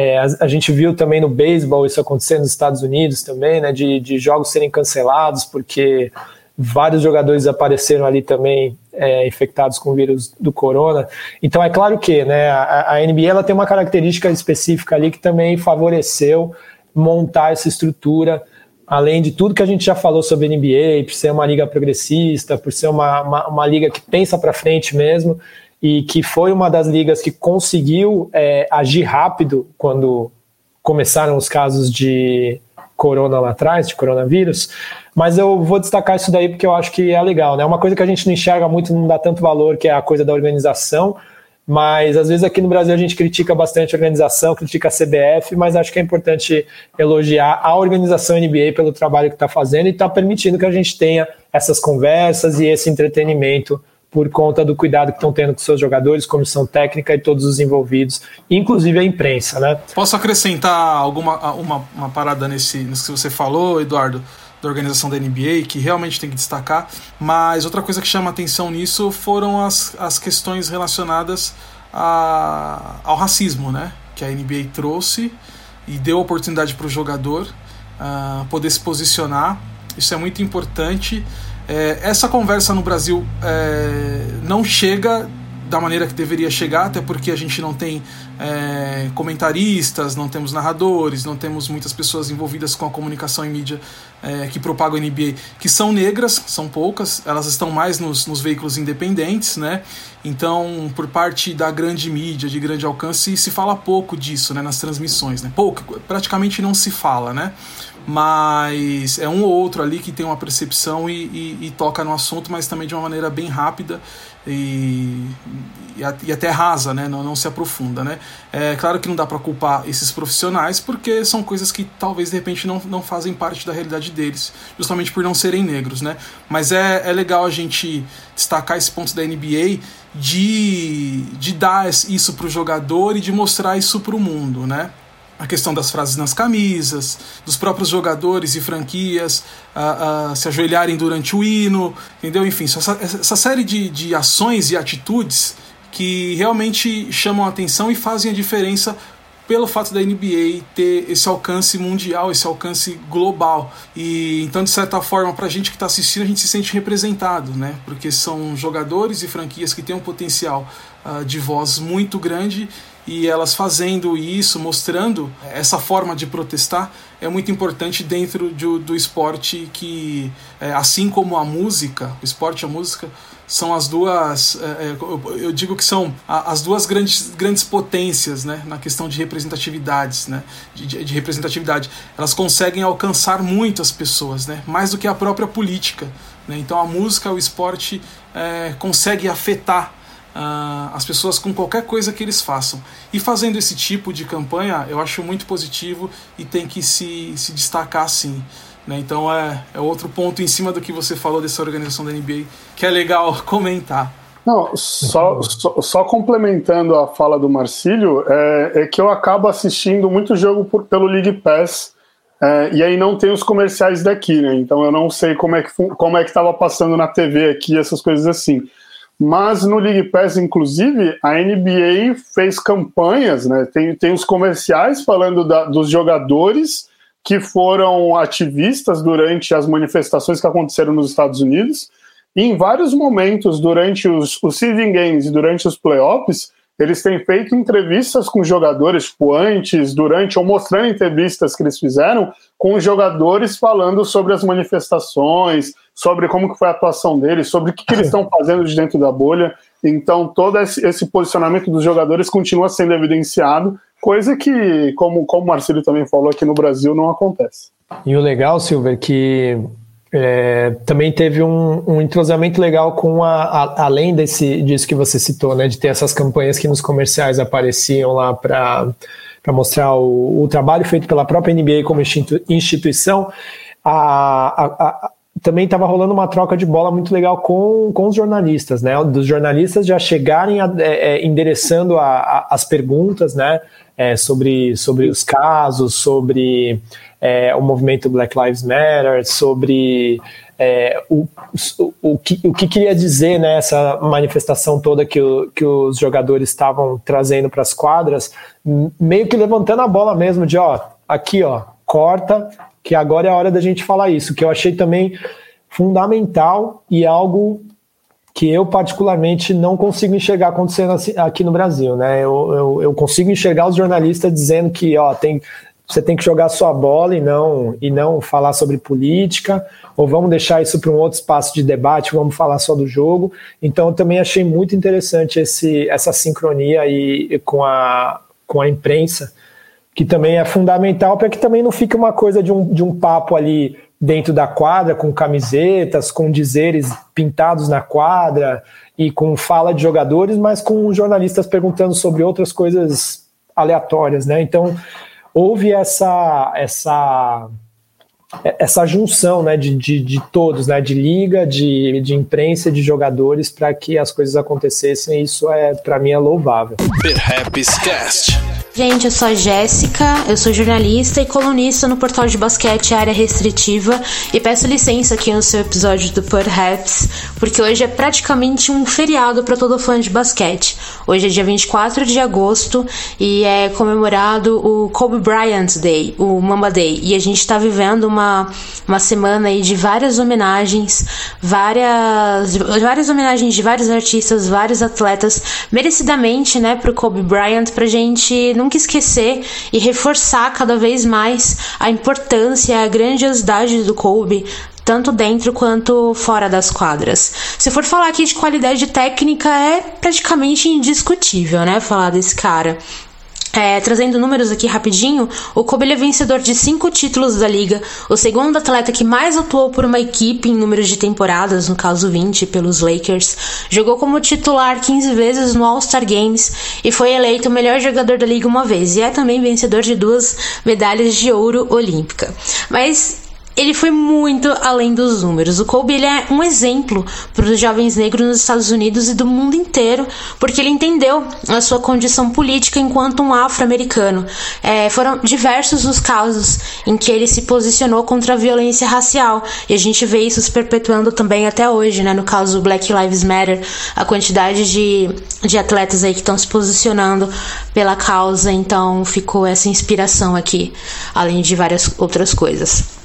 A gente viu também no beisebol isso acontecer nos Estados Unidos também, né, de jogos serem cancelados porque vários jogadores apareceram ali também infectados com o vírus do corona. Então é claro que, né, a NBA ela tem uma característica específica ali que também favoreceu montar essa estrutura, além de tudo que a gente já falou sobre a NBA, por ser uma liga progressista, por ser uma liga que pensa para frente mesmo, e que foi uma das ligas que conseguiu agir rápido quando começaram os casos de corona lá atrás, de coronavírus. Mas eu vou destacar isso daí porque eu acho que é legal, né? Uma coisa que a gente não enxerga muito, não dá tanto valor, que é a coisa da organização, mas às vezes aqui no Brasil a gente critica bastante a organização, critica a CBF, mas acho que é importante elogiar a organização NBA pelo trabalho que está fazendo e está permitindo que a gente tenha essas conversas e esse entretenimento por conta do cuidado que estão tendo com seus jogadores, comissão técnica e todos os envolvidos, inclusive a imprensa, né? Posso acrescentar uma parada nisso que você falou, Eduardo, da organização da NBA, que realmente tem que destacar, mas outra coisa que chama atenção nisso foram as questões relacionadas ao racismo, né? Que a NBA trouxe e deu oportunidade para o jogador poder se posicionar. Isso é muito importante. Essa conversa no Brasil não chega da maneira que deveria chegar, até porque a gente não tem comentaristas, não temos narradores, não temos muitas pessoas envolvidas com a comunicação e mídia que propagam a NBA, que são negras, são poucas, elas estão mais nos veículos independentes, né? Então, por parte da grande mídia, de grande alcance, se fala pouco disso, né, nas transmissões, né? Pouco, praticamente não se fala, né? Mas é um ou outro ali que tem uma percepção e toca no assunto, mas também de uma maneira bem rápida e até rasa, né? Não se aprofunda, né? É claro que não dá para culpar esses profissionais, porque são coisas que talvez de repente não fazem parte da realidade deles, justamente por não serem negros, né? Mas é legal a gente destacar esse ponto da NBA de dar isso para o jogador e de mostrar isso para o mundo, né? A questão das frases nas camisas, dos próprios jogadores e franquias se ajoelharem durante o hino, entendeu? Enfim, essa série de ações e atitudes que realmente chamam a atenção e fazem a diferença pelo fato da NBA ter esse alcance mundial, esse alcance global. E então, de certa forma, para a gente que está assistindo, a gente se sente representado, né? Porque são jogadores e franquias que têm um potencial de voz muito grande, e elas fazendo isso, mostrando essa forma de protestar, é muito importante dentro do esporte que, assim como a música, o esporte e a música são as duas, eu digo que são as duas grandes potências, né, na questão de representatividades, né, de representatividade. Elas conseguem alcançar muitas pessoas, né, mais do que a própria política, né. Então a música, o esporte consegue afetar as pessoas com qualquer coisa que eles façam. E fazendo esse tipo de campanha, eu acho muito positivo e tem que se destacar sim. Então é outro ponto em cima do que você falou dessa organização da NBA que é legal comentar. Não, só complementando a fala do Marcílio, é que eu acabo assistindo muito jogo pelo League Pass, e aí não tem os comerciais daqui, né? Então eu não sei como é que estava passando na TV aqui, essas coisas assim. Mas no League Pass, inclusive, a NBA fez campanhas, né? Tem os comerciais falando dos jogadores que foram ativistas durante as manifestações que aconteceram nos Estados Unidos, e em vários momentos durante os seeding games e durante os playoffs, eles têm feito entrevistas com jogadores, tipo, antes, durante, ou mostrando entrevistas que eles fizeram com os jogadores falando sobre as manifestações, sobre como que foi a atuação deles, sobre o que eles estão fazendo de dentro da bolha. Então todo esse posicionamento dos jogadores continua sendo evidenciado, coisa que, como o Marcílio também falou, aqui no Brasil não acontece. E o legal, Silver, que também teve um entrosamento legal com além disso que você citou, né, de ter essas campanhas que nos comerciais apareciam lá para mostrar o trabalho feito pela própria NBA como instituição. Também estava rolando uma troca de bola muito legal com os jornalistas, né? Dos jornalistas já chegarem endereçando as perguntas, né? Sobre os casos, sobre o movimento Black Lives Matter, sobre o que queria dizer, né, essa manifestação toda que os jogadores estavam trazendo para as quadras, meio que levantando a bola mesmo de aqui, corta, que agora é a hora da gente falar isso, que eu achei também fundamental e algo que eu particularmente não consigo enxergar acontecendo aqui no Brasil, né? Eu consigo enxergar os jornalistas dizendo que você tem que jogar sua bola e não falar sobre política, ou vamos deixar isso para um outro espaço de debate, vamos falar só do jogo. Então eu também achei muito interessante essa sincronia aí com a imprensa, que também é fundamental para que também não fique uma coisa de um papo ali dentro da quadra, com camisetas, com dizeres pintados na quadra e com fala de jogadores, mas com jornalistas perguntando sobre outras coisas aleatórias, né? Então houve essa junção, né, de todos, né, de liga, de imprensa, de jogadores, para que as coisas acontecessem. Isso para mim é louvável. Perhapscast. Gente, eu sou a Jéssica, eu sou jornalista e colunista no portal de basquete Área Restritiva, e peço licença aqui no seu episódio do Perhaps, porque hoje é praticamente um feriado para todo fã de basquete. Hoje é dia 24 de agosto e é comemorado o Kobe Bryant Day, o Mamba Day, e a gente está vivendo uma semana aí de várias homenagens, várias homenagens de vários artistas, vários atletas, merecidamente, né, pro Kobe Bryant, pra gente nunca esquecer e reforçar cada vez mais a importância e a grandiosidade do Kobe, tanto dentro quanto fora das quadras. Se for falar aqui de qualidade técnica, é praticamente indiscutível, né, falar desse cara. Trazendo números aqui rapidinho, o Kobe é vencedor de 5 títulos da liga, o segundo atleta que mais atuou por uma equipe em números de temporadas, no caso 20 pelos Lakers, jogou como titular 15 vezes no All-Star Games e foi eleito o melhor jogador da liga uma vez, e é também vencedor de 2 medalhas de ouro olímpica. Mas ele foi muito além dos números. O Kobe, ele é um exemplo para os jovens negros nos Estados Unidos e do mundo inteiro, porque ele entendeu a sua condição política enquanto um afro-americano. Foram diversos os casos em que ele se posicionou contra a violência racial, e a gente vê isso se perpetuando também até hoje, né? No caso Black Lives Matter, a quantidade de atletas aí que estão se posicionando pela causa. Então ficou essa inspiração aqui, além de várias outras coisas.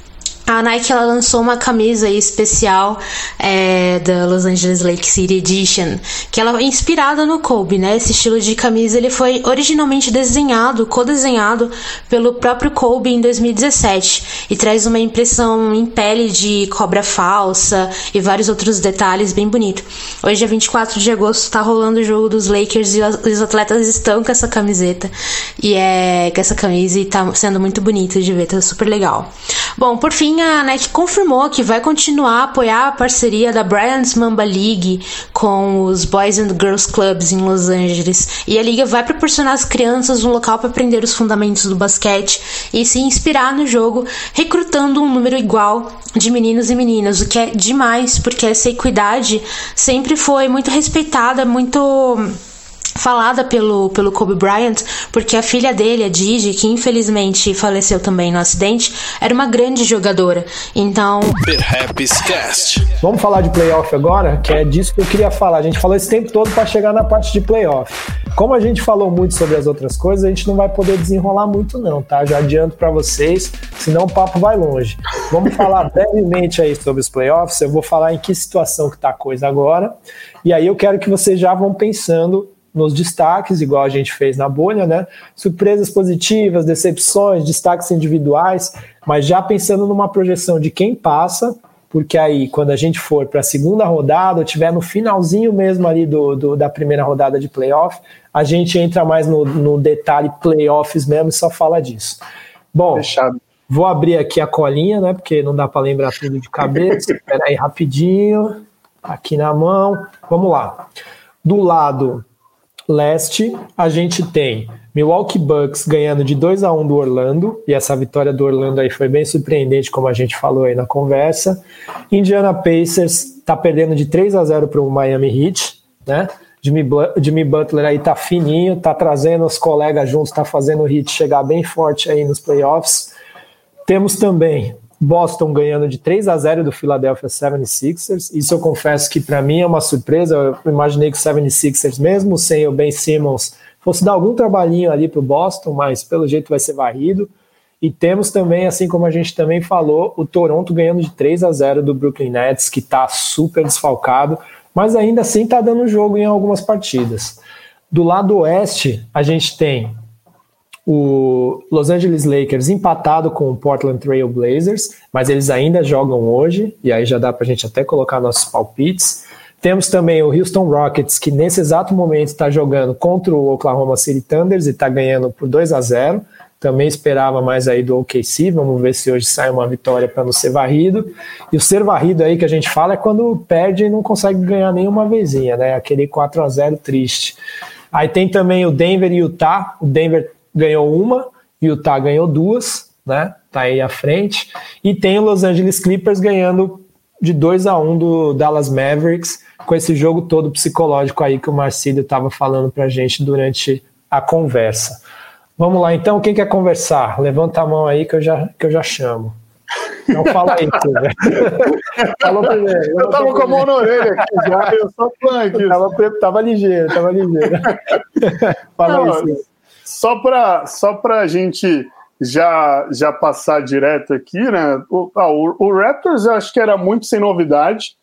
A Nike ela lançou uma camisa aí especial da Los Angeles Lake City Edition, que ela é inspirada no Kobe, né? Esse estilo de camisa ele foi originalmente co-desenhado pelo próprio Kobe em 2017 e traz uma impressão em pele de cobra falsa e vários outros detalhes bem bonito. Hoje, dia 24 de agosto, tá rolando o jogo dos Lakers e os atletas estão com essa camiseta com essa camisa e tá sendo muito bonito de ver, tá super legal. Bom, por fim, a Nike confirmou que vai continuar a apoiar a parceria da Bryant's Mamba League com os Boys and Girls Clubs em Los Angeles. E a liga vai proporcionar às crianças um local para aprender os fundamentos do basquete e se inspirar no jogo, recrutando um número igual de meninos e meninas, o que é demais, porque essa equidade sempre foi muito respeitada, muito falada pelo Kobe Bryant, porque a filha dele, a Gigi, que infelizmente faleceu também no acidente, era uma grande jogadora. Então... Vamos falar de playoff agora, que é disso que eu queria falar. A gente falou esse tempo todo para chegar na parte de playoff. Como a gente falou muito sobre as outras coisas, a gente não vai poder desenrolar muito não, tá? Já adianto para vocês, senão o papo vai longe. Vamos falar brevemente aí sobre os playoffs, eu vou falar em que situação que tá a coisa agora, e aí eu quero que vocês já vão pensando nos destaques, igual a gente fez na bolha, né? Surpresas positivas, decepções, destaques individuais, mas já pensando numa projeção de quem passa, porque aí, quando a gente for para a segunda rodada, ou tiver no finalzinho mesmo ali da primeira rodada de playoff, a gente entra mais no detalhe playoffs mesmo e só fala disso. Bom, fechado. Vou abrir aqui a colinha, né? Porque não dá para lembrar tudo de cabeça. Espera aí rapidinho, aqui na mão. Vamos lá. Do lado leste, a gente tem Milwaukee Bucks ganhando de 2-1 do Orlando, e essa vitória do Orlando aí foi bem surpreendente, como a gente falou aí na conversa. Indiana Pacers tá perdendo de 3-0 para o Miami Heat, né? Jimmy Butler aí tá fininho, tá trazendo os colegas juntos, tá fazendo o Heat chegar bem forte aí nos playoffs. Temos também Boston ganhando de 3-0 do Philadelphia 76ers. Isso eu confesso que para mim é uma surpresa. Eu imaginei que o 76ers, mesmo sem o Ben Simmons, fosse dar algum trabalhinho ali pro Boston, mas pelo jeito vai ser varrido. E temos também, assim como a gente também falou, o Toronto ganhando de 3-0 do Brooklyn Nets, que tá super desfalcado, mas ainda assim tá dando jogo em algumas partidas. Do lado oeste, a gente tem o Los Angeles Lakers empatado com o Portland Trail Blazers, mas eles ainda jogam hoje, e aí já dá pra gente até colocar nossos palpites. Temos também o Houston Rockets, que nesse exato momento está jogando contra o Oklahoma City Thunders e está ganhando por 2-0. Também esperava mais aí do OKC, vamos ver se hoje sai uma vitória para não ser varrido. E o ser varrido aí que a gente fala é quando perde e não consegue ganhar nenhuma vezinha, né? Aquele 4-0 triste. Aí tem também o Denver e Utah. O Denver ganhou uma, e o Utah ganhou duas, né? Tá aí à frente. E tem o Los Angeles Clippers ganhando de 2-1 do Dallas Mavericks, com esse jogo todo psicológico aí que o Marcílio estava falando pra gente durante a conversa. Vamos lá então, quem quer conversar? Levanta a mão aí que eu já chamo. Então fala aí, Silvia. Falou primeiro. Eu tava com a mão na orelha aqui já, eu só fã aqui. Tava ligeiro. Fala aí, Silvia. Só pra gente já passar direto aqui, né? O Raptors eu acho que era muito sem novidade.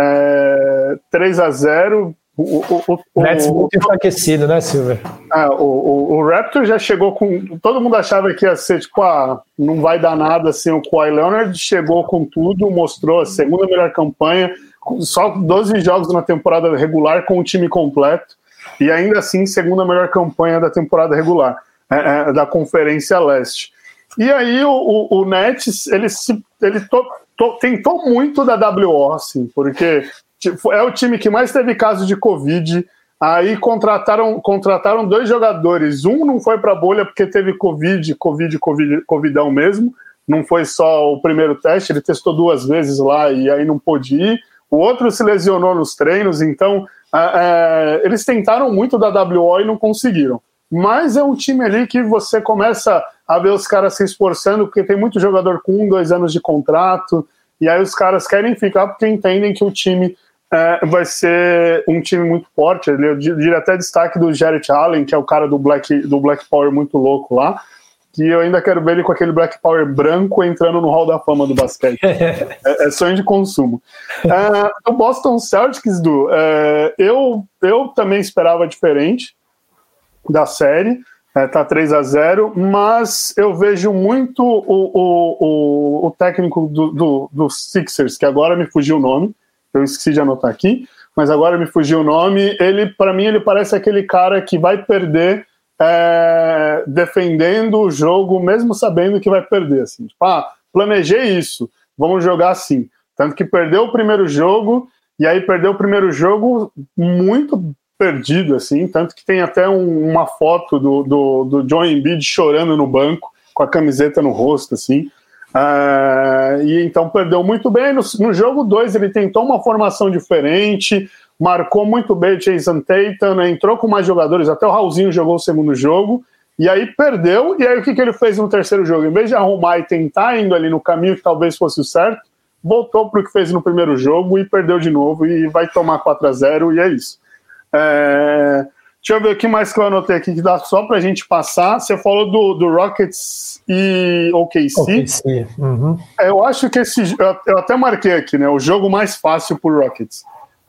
3-0. O Nets muito enfraquecido, né, Silver? O Raptors já chegou com... Todo mundo achava que ia ser tipo, não vai dar nada assim. O Kawhi Leonard chegou com tudo, mostrou a segunda melhor campanha, só 12 jogos na temporada regular com o time completo, e ainda assim segunda melhor campanha da temporada regular, da Conferência Leste. E aí o Nets ele tentou muito da WO, assim, porque é o time que mais teve caso de Covid. Aí contrataram 2 jogadores. Um não foi para a bolha porque teve Covidão mesmo. Não foi só o primeiro teste, ele testou 2 vezes lá e aí não pôde ir. O outro se lesionou nos treinos, então eles tentaram muito da WO e não conseguiram. Mas é um time ali que você começa a ver os caras se esforçando, porque tem muito jogador com 1-2 anos de contrato, e aí os caras querem ficar porque entendem que o time vai ser um time muito forte. Eu diria até destaque do Jarrett Allen, que é o cara do Black Power muito louco lá, que eu ainda quero ver ele com aquele Black Power branco entrando no Hall da Fama do basquete. É sonho de consumo. O Boston Celtics, Du, eu também esperava diferente da série. Tá 3-0, mas eu vejo muito o técnico do Sixers, que agora me fugiu o nome, eu esqueci de anotar aqui, mas agora me fugiu o nome. Para mim, ele parece aquele cara que vai perder defendendo o jogo, mesmo sabendo que vai perder. Assim. Tipo, planejei isso, vamos jogar assim. Tanto que perdeu o primeiro jogo, e aí perdeu o primeiro jogo muito perdido, assim, tanto que tem até uma foto do Joel Embiid chorando no banco, com a camiseta no rosto, assim, e então perdeu muito bem. No jogo 2 ele tentou uma formação diferente, marcou muito bem o Jason Tatum, né, entrou com mais jogadores, até o Raulzinho jogou o segundo jogo, e aí perdeu, e aí o que ele fez no terceiro jogo? Em vez de arrumar e tentar indo ali no caminho que talvez fosse o certo, voltou para o que fez no primeiro jogo e perdeu de novo, e vai tomar 4-0, e é isso. Deixa eu ver o que mais que eu anotei aqui que dá só pra gente passar. Você falou do Rockets e OKC. Uhum. Eu acho que eu até marquei aqui, né? O jogo mais fácil pro Rockets.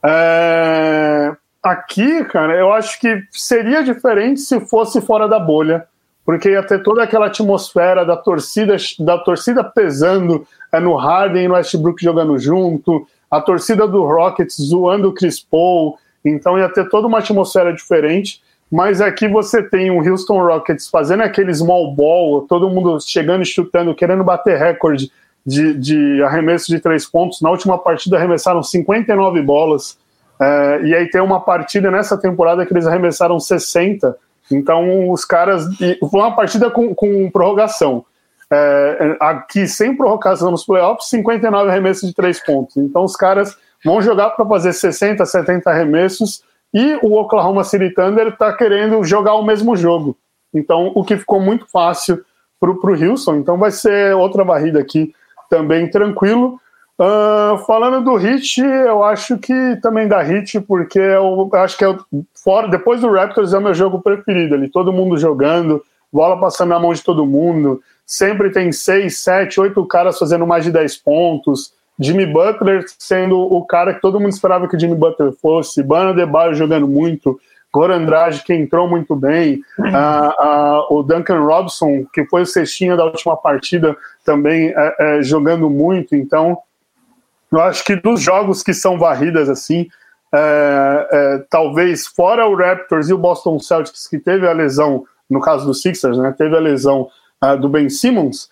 Aqui, cara, eu acho que seria diferente se fosse fora da bolha, porque ia ter toda aquela atmosfera da torcida pesando no Harden e no Westbrook jogando junto, a torcida do Rockets zoando o Chris Paul. Então ia ter toda uma atmosfera diferente, mas aqui você tem o Houston Rockets fazendo aquele small ball, todo mundo chegando e chutando, querendo bater recorde de arremesso de 3 pontos. Na última partida arremessaram 59 bolas, e aí tem uma partida nessa temporada que eles arremessaram 60, então os caras... Foi uma partida com prorrogação. Aqui sem prorrogação nos playoffs, 59 arremessos de 3 pontos. Então os caras vão jogar para fazer 60, 70 arremessos, e o Oklahoma City Thunder está querendo jogar o mesmo jogo. Então, o que ficou muito fácil para o Houston. Então, vai ser outra varrida aqui também tranquilo. Falando do Heat, eu acho que também dá Heat, porque eu acho que depois do Raptors é o meu jogo preferido ali. Todo mundo jogando, bola passando na mão de todo mundo. Sempre tem 6, 7, 8 caras fazendo mais de 10 pontos. Jimmy Butler sendo o cara que todo mundo esperava que o Jimmy Butler fosse, Bam Adebayo jogando muito, Goran Dragic que entrou muito bem, o Duncan Robinson, que foi o cestinha da última partida, também jogando muito. Então, eu acho que dos jogos que são varridas assim, talvez fora o Raptors e o Boston Celtics, que teve a lesão, no caso do Sixers, né, teve a lesão do Ben Simmons,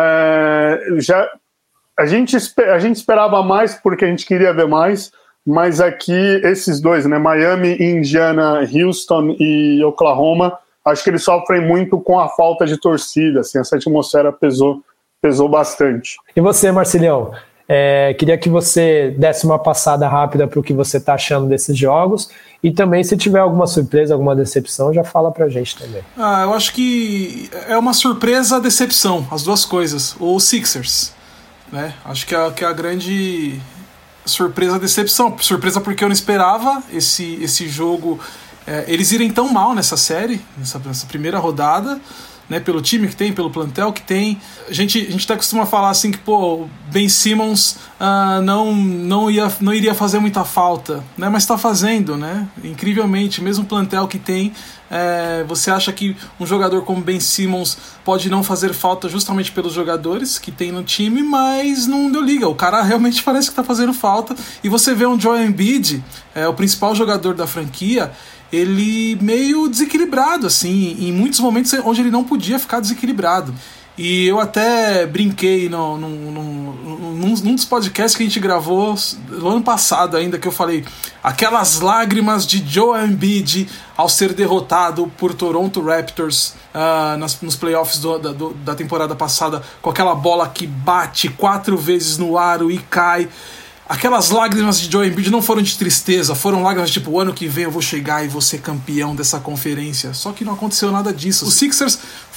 a gente esperava mais porque a gente queria ver mais, mas aqui esses dois, né, Miami, Indiana, Houston e Oklahoma, acho que eles sofrem muito com a falta de torcida, assim, essa atmosfera pesou bastante. E você, Marcilião? Queria que você desse uma passada rápida para o que você está achando desses jogos, e também se tiver alguma surpresa, alguma decepção, já fala pra gente também. Eu acho que é uma surpresa, decepção, as duas coisas. O Sixers, né? Acho que é a grande surpresa, decepção. Surpresa porque eu não esperava esse jogo, eles irem tão mal nessa série, nessa primeira rodada, né, pelo time que tem, pelo plantel que tem. A gente até costuma falar assim que Ben Simmons não iria fazer muita falta, né, mas está fazendo, né, incrivelmente, mesmo o plantel que tem. Você acha que um jogador como Ben Simmons pode não fazer falta justamente pelos jogadores que tem no time, mas não deu liga, o cara realmente parece que está fazendo falta. E você vê um Joel Embiid, o principal jogador da franquia, ele meio desequilibrado, assim, em muitos momentos onde ele não podia ficar desequilibrado. E eu até brinquei num dos podcasts que a gente gravou no ano passado ainda, que eu falei, aquelas lágrimas de Joel Embiid ao ser derrotado por Toronto Raptors nos playoffs da temporada passada, com aquela bola que bate 4 vezes no aro e cai. Aquelas lágrimas de Joel Embiid não foram de tristeza, foram lágrimas tipo, o ano que vem eu vou chegar e vou ser campeão dessa conferência. Só que não aconteceu nada disso. O Sixers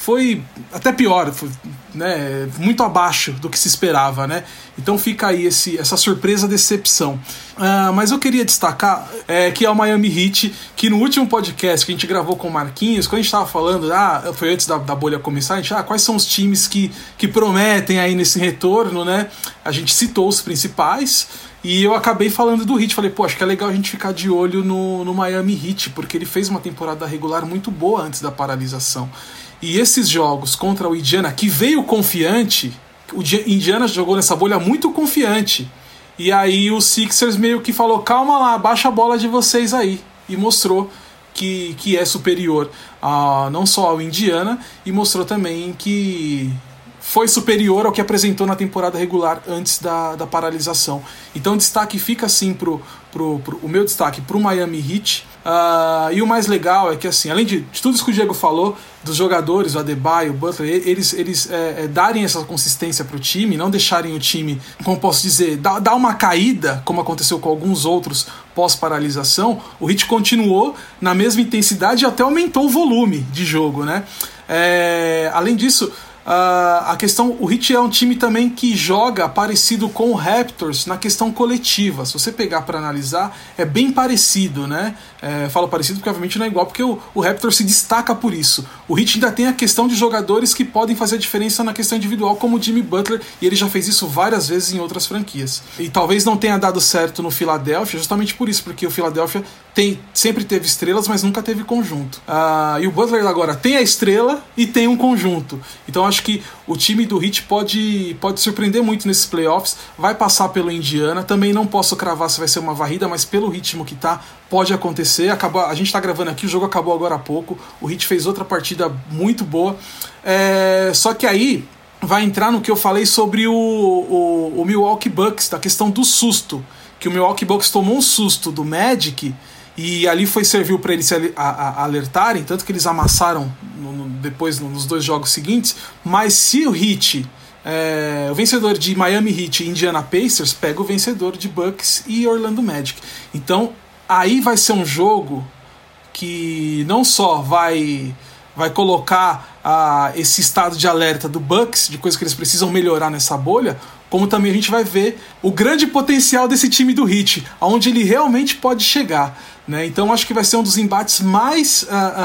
foi até pior, foi, né, muito abaixo do que se esperava, né? Então fica aí essa surpresa, decepção. Mas eu queria destacar que é o Miami Heat, que no último podcast que a gente gravou com o Marquinhos, quando a gente estava falando, foi antes da bolha começar, a gente, quais são os times que prometem aí nesse retorno, né? A gente citou os principais, e eu acabei falando do Heat, falei, acho que é legal a gente ficar de olho no Miami Heat, porque ele fez uma temporada regular muito boa antes da paralisação. E esses jogos contra o Indiana, que veio confiante, o Indiana jogou nessa bolha muito confiante, e aí o Sixers meio que falou, calma lá, baixa a bola de vocês aí, e mostrou que é superior não só ao Indiana, e mostrou também que foi superior ao que apresentou na temporada regular antes da paralisação. Então o destaque fica assim o meu destaque pro Miami Heat. E o mais legal é que, assim, além de tudo isso que o Diego falou, dos jogadores, o Adebayo, o Butler, eles darem essa consistência pro time, não deixarem o time, como posso dizer, dar uma caída, como aconteceu com alguns outros pós-paralisação, o Heat continuou na mesma intensidade e até aumentou o volume de jogo, né? Além disso, a questão, o Heat é um time também que joga parecido com o Raptors na questão coletiva. Se você pegar para analisar, é bem parecido, né? Falo parecido porque obviamente não é igual, porque o Raptors se destaca por isso. O Heat ainda tem a questão de jogadores que podem fazer a diferença na questão individual, como o Jimmy Butler, e ele já fez isso várias vezes em outras franquias. E talvez não tenha dado certo no Philadelphia, justamente por isso, porque o Philadelphia sempre teve estrelas, mas nunca teve conjunto. E o Butler agora tem a estrela e tem um conjunto. Então acho que o time do Heat pode surpreender muito nesses playoffs, vai passar pelo Indiana. Também não posso cravar se vai ser uma varrida, mas pelo ritmo que tá, pode acontecer. A gente tá gravando aqui, o jogo acabou agora há pouco, o Heat fez outra partida muito boa, só que aí vai entrar no que eu falei sobre o Milwaukee Bucks, da questão do susto, que o Milwaukee Bucks tomou um susto do Magic, e ali serviu para eles se alertarem, tanto que eles amassaram depois nos 2 jogos seguintes. Mas se o Heat, o vencedor de Miami Heat e Indiana Pacers, pega o vencedor de Bucks e Orlando Magic, então aí vai ser um jogo que não só vai colocar esse estado de alerta do Bucks, de coisas que eles precisam melhorar nessa bolha, como também a gente vai ver o grande potencial desse time do Heat, aonde ele realmente pode chegar, né? Então acho que vai ser um dos embates mais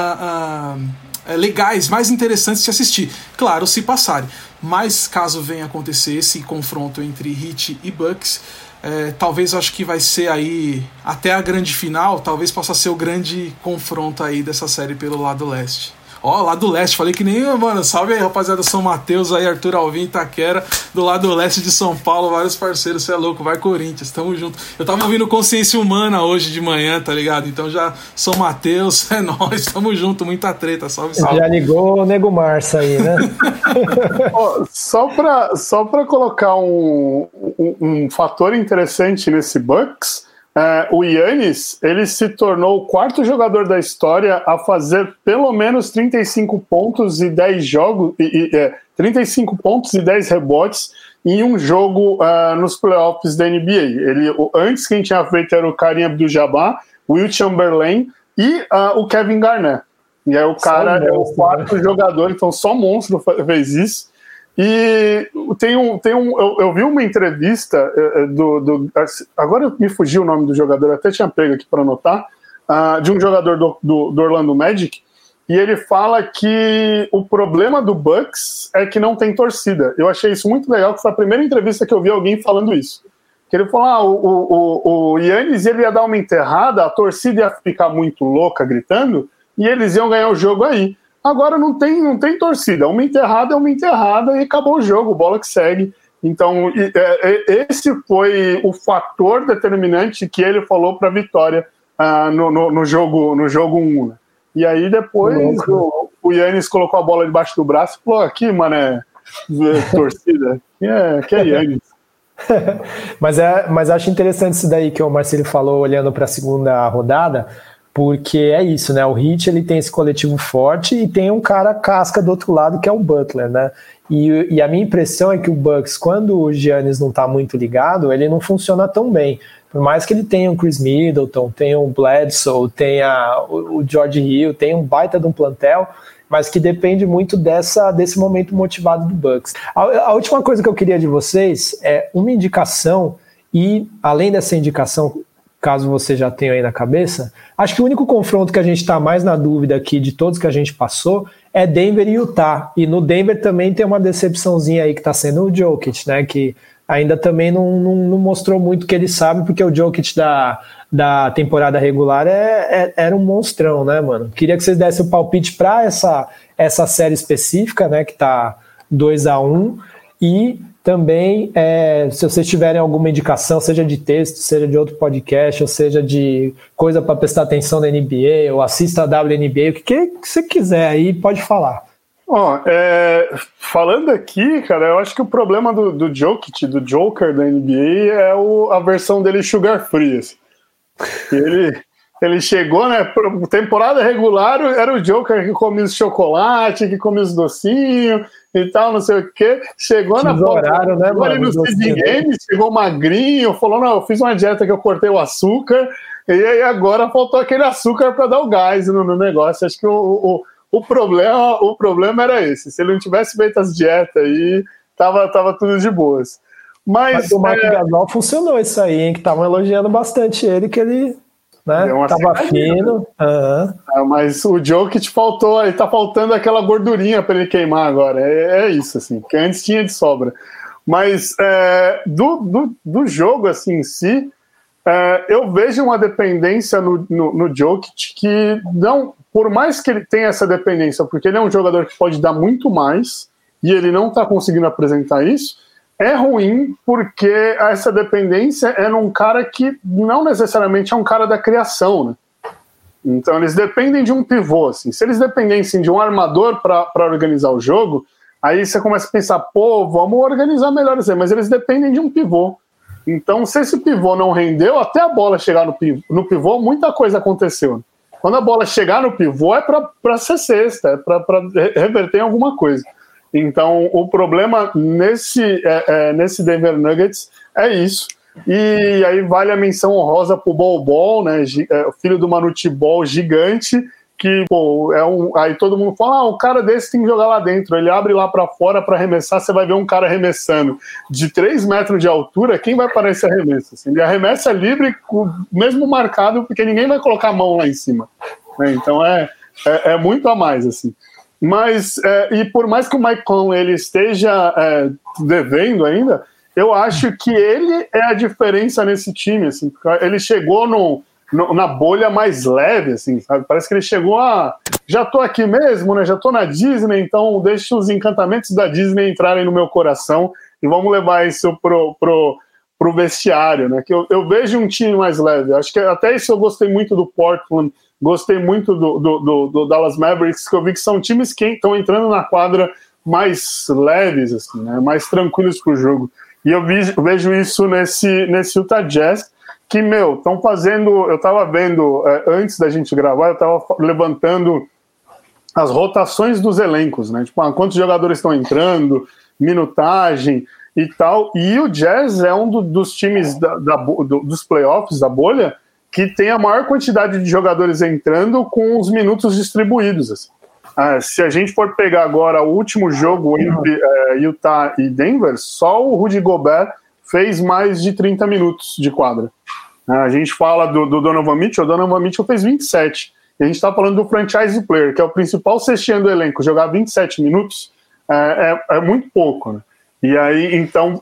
legais, mais interessantes de assistir, claro, se passarem. Mas caso venha acontecer esse confronto entre Heat e Bucks, talvez acho que vai ser aí até a grande final, talvez possa ser o grande confronto aí dessa série pelo lado leste. Lado leste, falei que nem, mano, salve aí, rapaziada, São Mateus aí, Arthur Alvim, Itaquera, do lado leste de São Paulo, vários parceiros, você é louco, vai Corinthians, tamo junto. Eu tava ouvindo Consciência Humana hoje de manhã, tá ligado? Então já, São Mateus, é nóis, tamo junto, muita treta, salve, salve. Já ligou o Nego Marça aí, né? Só pra colocar um fator interessante nesse Bucks, o Giannis, ele se tornou o 4º jogador da história a fazer pelo menos 35 pontos e 10 jogos, 35 pontos e 10 rebotes em um jogo nos playoffs da NBA. Antes quem tinha feito era o Kareem Abdul-Jabbar, Will Chamberlain e o Kevin Garnett. E aí o cara é o 4º jogador, então só monstro fez isso. E eu vi uma entrevista agora me fugiu o nome do jogador, até tinha pego aqui para anotar, de um jogador do Orlando Magic, e ele fala que o problema do Bucks é que não tem torcida. Eu achei isso muito legal, que foi a primeira entrevista que eu vi alguém falando isso. Que ele falou, o Giannis ele ia dar uma enterrada, a torcida ia ficar muito louca gritando, e eles iam ganhar o jogo aí. Agora não tem torcida, uma enterrada é uma enterrada e acabou o jogo, bola que segue. Então esse foi o fator determinante que ele falou para a vitória no jogo 1. Né? E aí depois o Giannis colocou a bola debaixo do braço e falou, aqui, mano, torcida, que é Giannis. Mas acho interessante isso daí que o Marcelo falou, olhando para a segunda rodada, porque é isso, né? O Heat ele tem esse coletivo forte e tem um cara casca do outro lado que é o Butler, né? E a minha impressão é que o Bucks, quando o Giannis não tá muito ligado, ele não funciona tão bem. Por mais que ele tenha o Chris Middleton, tenha o Bledsoe, tenha o George Hill, tenha um baita de um plantel, mas que depende muito desse momento motivado do Bucks. A última coisa que eu queria de vocês é uma indicação, e além dessa indicação, caso você já tenha aí na cabeça, acho que o único confronto que a gente está mais na dúvida aqui de todos que a gente passou é Denver e Utah. E no Denver também tem uma decepçãozinha aí que está sendo o Jokic, né? Que ainda também não mostrou muito o que ele sabe, porque o Jokic da temporada regular era um monstrão, né, mano? Queria que vocês dessem o palpite para essa série específica, né? Que tá 2-1. E também, se vocês tiverem alguma indicação, seja de texto, seja de outro podcast, ou seja de coisa para prestar atenção na NBA, ou assista a WNBA, o que você quiser aí, pode falar. Falando aqui, cara, eu acho que o problema do Jokic, do Joker da NBA, é a versão dele sugar free. Assim. Ele chegou, né? Temporada regular era o Joker que comia os chocolate, que comia os docinhos e tal, não sei o quê. Chegou na horário, né, mano? No Seed Games, chegou magrinho, falou: não, eu fiz uma dieta que eu cortei o açúcar, e aí agora faltou aquele açúcar para dar o gás no negócio. Acho que o problema era esse. Se ele não tivesse feito as dietas aí, tava tudo de boas. Mas o Marco Gasol funcionou isso aí, hein? Que estavam elogiando bastante ele, que ele, né, tava fino. Mas o Jokic faltou, aí tá faltando aquela gordurinha para ele queimar agora. É isso, assim, que antes tinha de sobra. Mas do jogo assim, em si, eu vejo uma dependência no Jokic que não, por mais que ele tenha essa dependência, porque ele é um jogador que pode dar muito mais e ele não tá conseguindo apresentar isso. É ruim porque essa dependência é num cara que não necessariamente é um cara da criação, né? Então eles dependem de um pivô, assim. Se eles dependessem de um armador para organizar o jogo, aí você começa a pensar, vamos organizar melhor isso aí, mas eles dependem de um pivô. Então se esse pivô não rendeu, até a bola chegar no pivô, muita coisa aconteceu. Quando a bola chegar no pivô é para ser cesta, é para reverter em alguma coisa. Então, o problema nesse Denver Nuggets é isso. E aí vale a menção honrosa pro Bol, né? O filho do Manute Bol gigante, que aí todo mundo fala, o cara desse tem que jogar lá dentro. Ele abre lá para fora para arremessar, você vai ver um cara arremessando de 3 metros de altura, quem vai parar esse arremesso? Assim, ele arremessa livre, mesmo marcado, porque ninguém vai colocar a mão lá em cima. Né? Então é muito a mais, assim. Mas, e por mais que o Mike Conley ele esteja devendo ainda, eu acho que ele é a diferença nesse time, assim, ele chegou na bolha mais leve, assim, sabe? Parece que ele chegou já tô aqui mesmo, né? Já tô na Disney, então deixa os encantamentos da Disney entrarem no meu coração e vamos levar isso pro vestiário, né? Que eu vejo um time mais leve. Acho que até isso eu gostei muito do Portland. Gostei muito do Dallas Mavericks, que eu vi que são times que estão entrando na quadra mais leves, assim, né, mais tranquilos para o jogo. E eu vejo isso nesse Utah Jazz, que, estão fazendo... Eu estava vendo, antes da gente gravar, eu estava levantando as rotações dos elencos, né? Tipo, quantos jogadores estão entrando, minutagem e tal. E o Jazz é um dos times dos playoffs, da bolha, que tem a maior quantidade de jogadores entrando com os minutos distribuídos. Assim. Se a gente for pegar agora o último jogo entre Utah e Denver, só o Rudy Gobert fez mais de 30 minutos de quadra. A gente fala do Donovan Mitchell, o Donovan Mitchell fez 27. E a gente está falando do franchise player, que é o principal cestinha do elenco. Jogar 27 minutos é muito pouco. Né? E aí, então,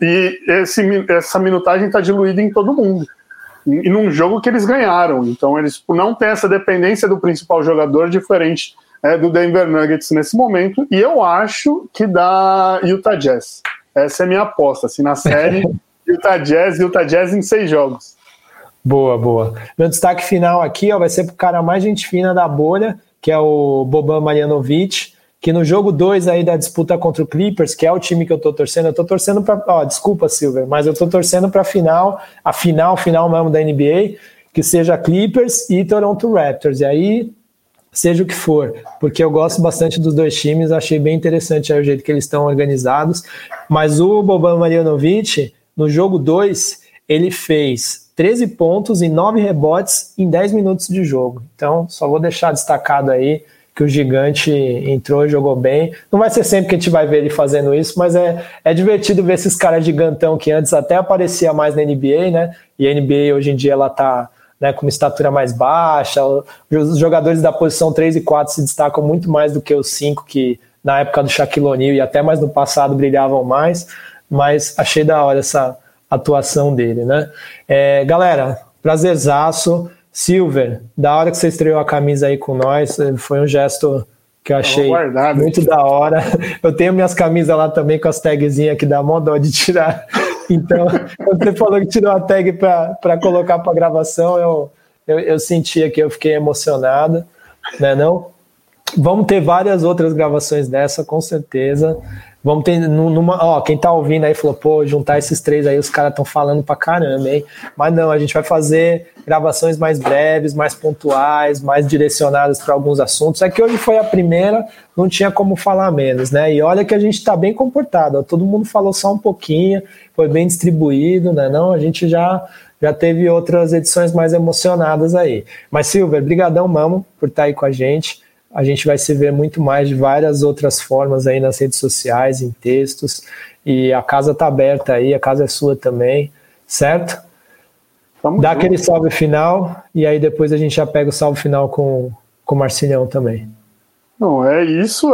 essa minutagem está diluída em todo mundo. E num jogo que eles ganharam. Então eles não têm essa dependência do principal jogador, diferente do Denver Nuggets nesse momento, e eu acho que dá Utah Jazz. Essa é a minha aposta, assim, na série Utah Jazz em 6 jogos. Boa. Meu destaque final aqui vai ser pro cara mais gente fina da bolha, que é o Boban Marjanovic, que no jogo 2 aí da disputa contra o Clippers, que é o time que eu tô torcendo para, desculpa, Silver, mas eu tô torcendo para a final mesmo da NBA, que seja Clippers e Toronto Raptors, e aí seja o que for, porque eu gosto bastante dos dois times, achei bem interessante aí o jeito que eles estão organizados, mas o Boban Marjanovic, no jogo 2, ele fez 13 pontos e 9 rebotes em 10 minutos de jogo, então só vou deixar destacado aí, que o gigante entrou e jogou bem. Não vai ser sempre que a gente vai ver ele fazendo isso, mas é divertido ver esses caras gigantão que antes até aparecia mais na NBA, né? E a NBA hoje em dia ela tá, né, com uma estatura mais baixa. Os jogadores da posição 3 e 4 se destacam muito mais do que os 5 que na época do Shaquille O'Neal e até mais no passado brilhavam mais, mas achei da hora essa atuação dele, né? Galera, prazerzaço. Silver, da hora que você estreou a camisa aí com nós, foi um gesto que eu achei muito da hora. Eu tenho minhas camisas lá também com as tagzinhas que dá mó dó de tirar. Então, quando você falou que tirou a tag para colocar para gravação, eu senti aqui, eu fiquei emocionado, né não? Vamos ter várias outras gravações dessa, com certeza. Vamos ter quem tá ouvindo aí falou, pô, juntar esses 3 aí, os caras estão falando pra caramba, hein? Mas não, a gente vai fazer gravações mais breves, mais pontuais, mais direcionadas para alguns assuntos. É que hoje foi a primeira, não tinha como falar menos, né? E olha que a gente tá bem comportado, ó, todo mundo falou só um pouquinho, foi bem distribuído, né? Não, a gente já teve outras edições mais emocionadas aí. Mas Silver, brigadão, mamo, por estar aí com a gente. A gente vai se ver muito mais de várias outras formas aí nas redes sociais, em textos, e a casa tá aberta aí, a casa é sua também, certo? Dá aquele salve final, e aí depois a gente já pega o salve final com o Marcilhão também. Não, é isso,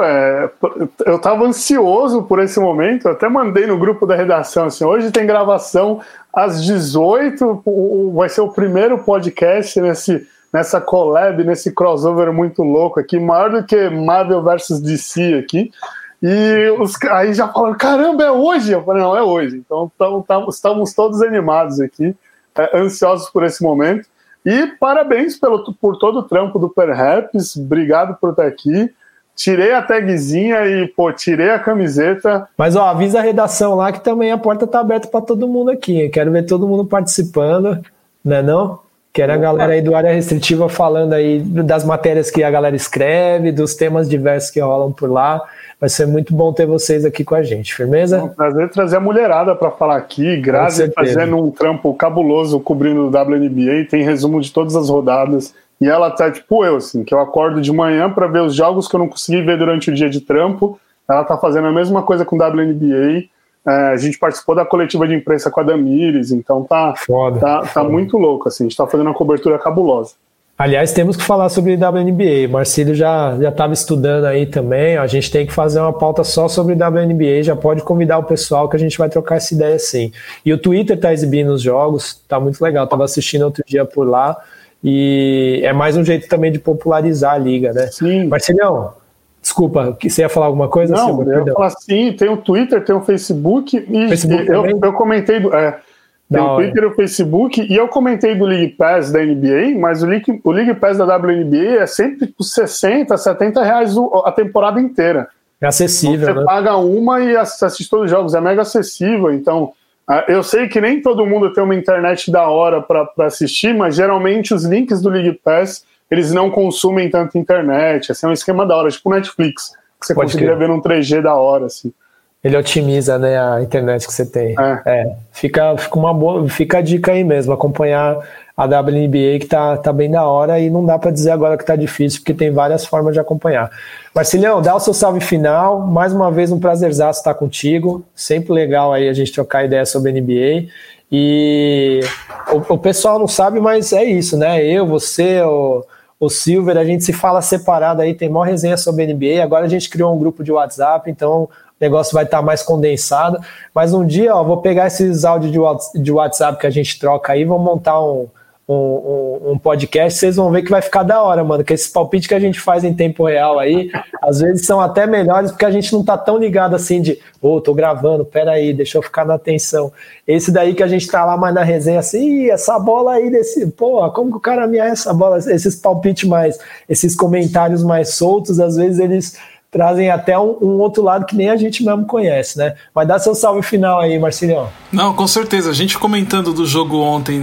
eu estava ansioso por esse momento, eu até mandei no grupo da redação, assim, hoje tem gravação às 18, vai ser o primeiro podcast nessa collab, nesse crossover muito louco aqui, maior do que Marvel vs DC aqui, e aí já falaram, caramba, é hoje? Eu falei, não, é hoje, então estamos todos animados aqui, ansiosos por esse momento, e parabéns por todo o trampo do Perhaps, obrigado por estar aqui, tirei a tagzinha e, tirei a camiseta. Mas, avisa a redação lá que também a porta tá aberta para todo mundo aqui, eu quero ver todo mundo participando, né não? Quero a galera aí do Área Restritiva falando aí das matérias que a galera escreve, dos temas diversos que rolam por lá. Vai ser muito bom ter vocês aqui com a gente, firmeza? É um prazer trazer a mulherada para falar aqui. Grazi fazendo um trampo cabuloso cobrindo o WNBA, tem resumo de todas as rodadas. E ela tá tipo eu, assim, que eu acordo de manhã para ver os jogos que eu não consegui ver durante o dia de trampo. Ela tá fazendo a mesma coisa com o WNBA. A gente participou da coletiva de imprensa com a Damires, então tá muito louco, assim, a gente tá fazendo uma cobertura cabulosa. Aliás, temos que falar sobre WNBA, Marcílio já estava estudando aí também, a gente tem que fazer uma pauta só sobre WNBA, já pode convidar o pessoal que a gente vai trocar essa ideia sim. E o Twitter tá exibindo os jogos, tá muito legal, tava assistindo outro dia por lá, e é mais um jeito também de popularizar a liga, né? Sim. Marcilhão, desculpa, você ia falar alguma coisa? Não, eu ia falar assim, tem o Twitter, tem o Facebook, e eu comentei, tem o Twitter e o Facebook, e eu comentei do League Pass da NBA, mas o League Pass da WNBA é sempre por R$60, R$70 a temporada inteira. É acessível, então, você paga uma e assiste todos os jogos, é mega acessível, então eu sei que nem todo mundo tem uma internet da hora para assistir, mas geralmente os links do League Pass eles não consumem tanta internet, assim, é um esquema da hora, tipo Netflix, que você conseguiria ver num 3G da hora, assim. Ele otimiza, né, a internet que você tem. Fica uma boa, fica a dica aí mesmo, acompanhar a WNBA que tá bem da hora e não dá para dizer agora que tá difícil, porque tem várias formas de acompanhar. Marcilhão, dá o seu salve final, mais uma vez um prazerzaço estar contigo, sempre legal aí a gente trocar ideia sobre a NBA. E o pessoal não sabe, mas é isso, né? Eu, você, o Silver, a gente se fala separado aí, tem maior resenha sobre a NBA. Agora a gente criou um grupo de WhatsApp, então o negócio vai estar mais condensado. Mas um dia, vou pegar esses áudios de WhatsApp que a gente troca aí, vou montar um podcast, vocês vão ver que vai ficar da hora, mano, que esses palpites que a gente faz em tempo real aí, às vezes são até melhores, porque a gente não tá tão ligado assim de, tô gravando, peraí, deixa eu ficar na atenção. Esse daí que a gente tá lá mais na resenha assim, essa bola aí como que o cara me essa bola, esses palpites mais, esses comentários mais soltos, às vezes eles trazem até um outro lado que nem a gente mesmo conhece, né? Mas dá seu salve final aí, Marcilhão. Não, com certeza, a gente comentando do jogo ontem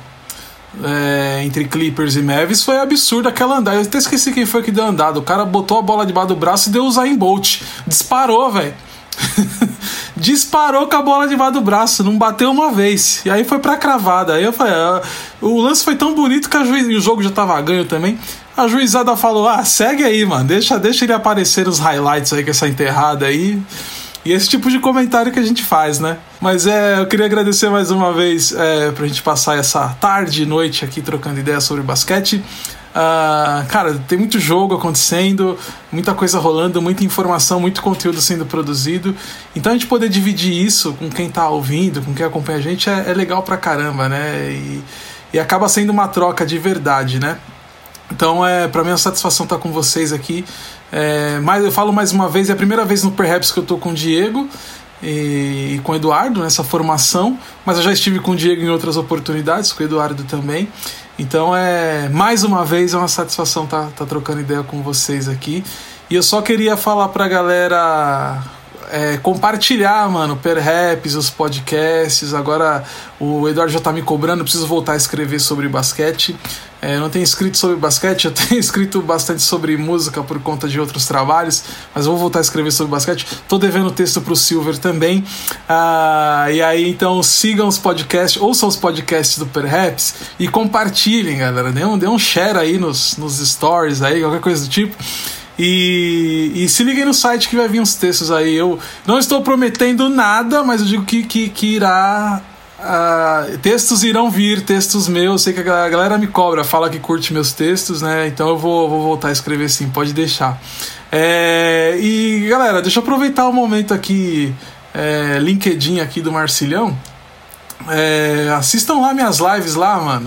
entre Clippers e Mavis foi absurdo aquela andada. Eu até esqueci quem foi que deu andada. O cara botou a bola debaixo do braço e deu o Usain Bolt. Disparou, velho. Disparou com a bola debaixo do braço. Não bateu uma vez. E aí foi pra cravada. Aí eu falei, o lance foi tão bonito que o jogo já tava ganho também. a juizada falou, segue aí, mano, deixa ele aparecer nos highlights aí com essa enterrada aí. E esse tipo de comentário que a gente faz, né? Mas eu queria agradecer mais uma vez pra gente passar essa tarde e noite aqui trocando ideias sobre basquete. Cara, tem muito jogo acontecendo, muita coisa rolando, muita informação, muito conteúdo sendo produzido. Então a gente poder dividir isso com quem tá ouvindo, com quem acompanha a gente é legal pra caramba, né? E acaba sendo uma troca de verdade, né? Então pra mim é uma satisfação estar com vocês aqui. Mas eu falo mais uma vez, é a primeira vez no Perhaps que eu tô com o Diego e com o Eduardo nessa formação, mas eu já estive com o Diego em outras oportunidades, com o Eduardo também. Então mais uma vez é uma satisfação tá trocando ideia com vocês aqui. E eu só queria falar pra galera compartilhar, mano, Perhaps, os podcasts. Agora o Eduardo já tá me cobrando, eu preciso voltar a escrever sobre basquete. Eu não tenho escrito sobre basquete, eu tenho escrito bastante sobre música por conta de outros trabalhos, mas eu vou voltar a escrever sobre basquete. Tô devendo texto pro Silver também. E aí, então, sigam os podcasts, ouçam os podcasts do Perhaps e compartilhem, galera. Dê um share aí nos stories aí, qualquer coisa do tipo. E se liguem no site que vai vir uns textos aí. Eu não estou prometendo nada, mas eu digo que irá. Textos irão vir, textos meus. Sei que a galera me cobra, fala que curte meus textos, né? Então eu vou voltar a escrever sim, pode deixar. E galera, deixa eu aproveitar o momento aqui, LinkedIn aqui do Marcilhão. Assistam lá minhas lives lá, mano.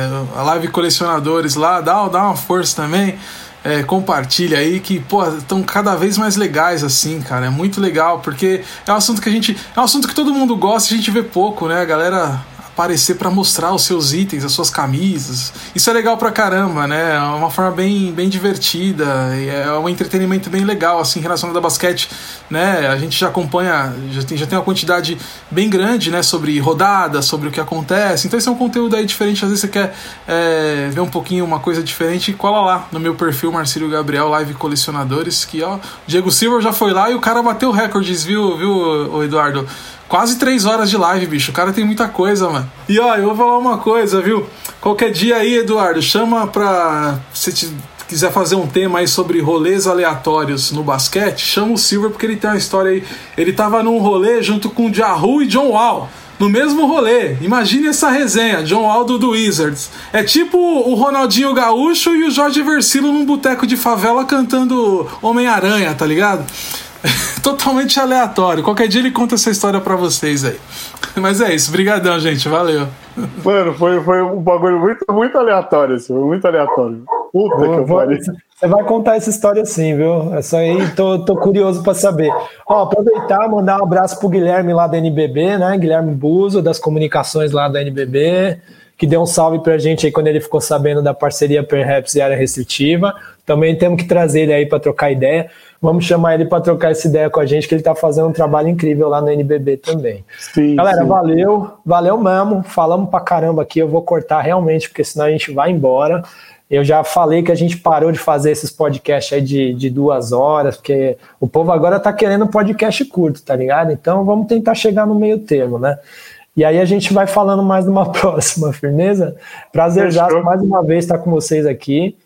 A live Colecionadores lá, dá uma força também. Compartilha aí que, estão cada vez mais legais assim, cara, é muito legal, porque é um assunto que todo mundo gosta e a gente vê pouco, né, a galera aparecer pra mostrar os seus itens, as suas camisas, isso é legal pra caramba, né, é uma forma bem divertida, e é um entretenimento bem legal, assim, relacionado a basquete, né, a gente já acompanha, já tem uma quantidade bem grande, né, sobre rodadas, sobre o que acontece, então esse é um conteúdo aí diferente, às vezes você quer ver um pouquinho, uma coisa diferente, cola lá no meu perfil, Marcílio Gabriel, Live Colecionadores, que ó, Diego Silver já foi lá e o cara bateu recordes, viu, Eduardo? Quase 3 horas de live, bicho. O cara tem muita coisa, mano. E ó, eu vou falar uma coisa, viu? Qualquer dia aí, Eduardo, chama pra... Se quiser fazer um tema aí sobre rolês aleatórios no basquete, chama o Silver, porque ele tem uma história aí. Ele tava num rolê junto com o Jahu e John Wall. No mesmo rolê. Imagine essa resenha. John Wall do Wizards. É tipo o Ronaldinho Gaúcho e o Jorge Versilo num boteco de favela cantando Homem-Aranha, tá ligado? Totalmente aleatório. Qualquer dia ele conta essa história pra vocês aí. Mas é isso, brigadão, gente, valeu. Mano, foi um bagulho muito aleatório, assim, muito aleatório. Puta que eu pariu. Você vai contar essa história sim, viu? Essa aí, tô curioso pra saber. Ó, aproveitar, mandar um abraço pro Guilherme lá da NBB, né? Guilherme Buzo, das comunicações lá da NBB, que deu um salve pra gente aí quando ele ficou sabendo da parceria Perhaps e Área Restritiva. Também temos que trazer ele aí pra trocar ideia. Vamos chamar ele para trocar essa ideia com a gente, que ele está fazendo um trabalho incrível lá no NBB também. Sim, galera, sim. Valeu mesmo. Falamos pra caramba aqui, eu vou cortar realmente, porque senão a gente vai embora. Eu já falei que a gente parou de fazer esses podcasts aí de 2 horas, porque o povo agora tá querendo um podcast curto, tá ligado? Então vamos tentar chegar no meio termo, né? E aí a gente vai falando mais numa próxima, firmeza? Prazerzaço mais uma vez estar com vocês aqui.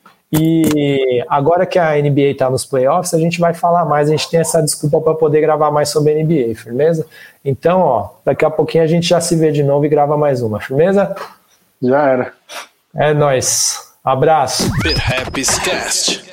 E agora que a NBA está nos playoffs, a gente vai falar mais, a gente tem essa desculpa para poder gravar mais sobre a NBA, firmeza? Então, ó, daqui a pouquinho a gente já se vê de novo e grava mais uma, firmeza? Já era. É nóis. Abraço. Perhaps Cast.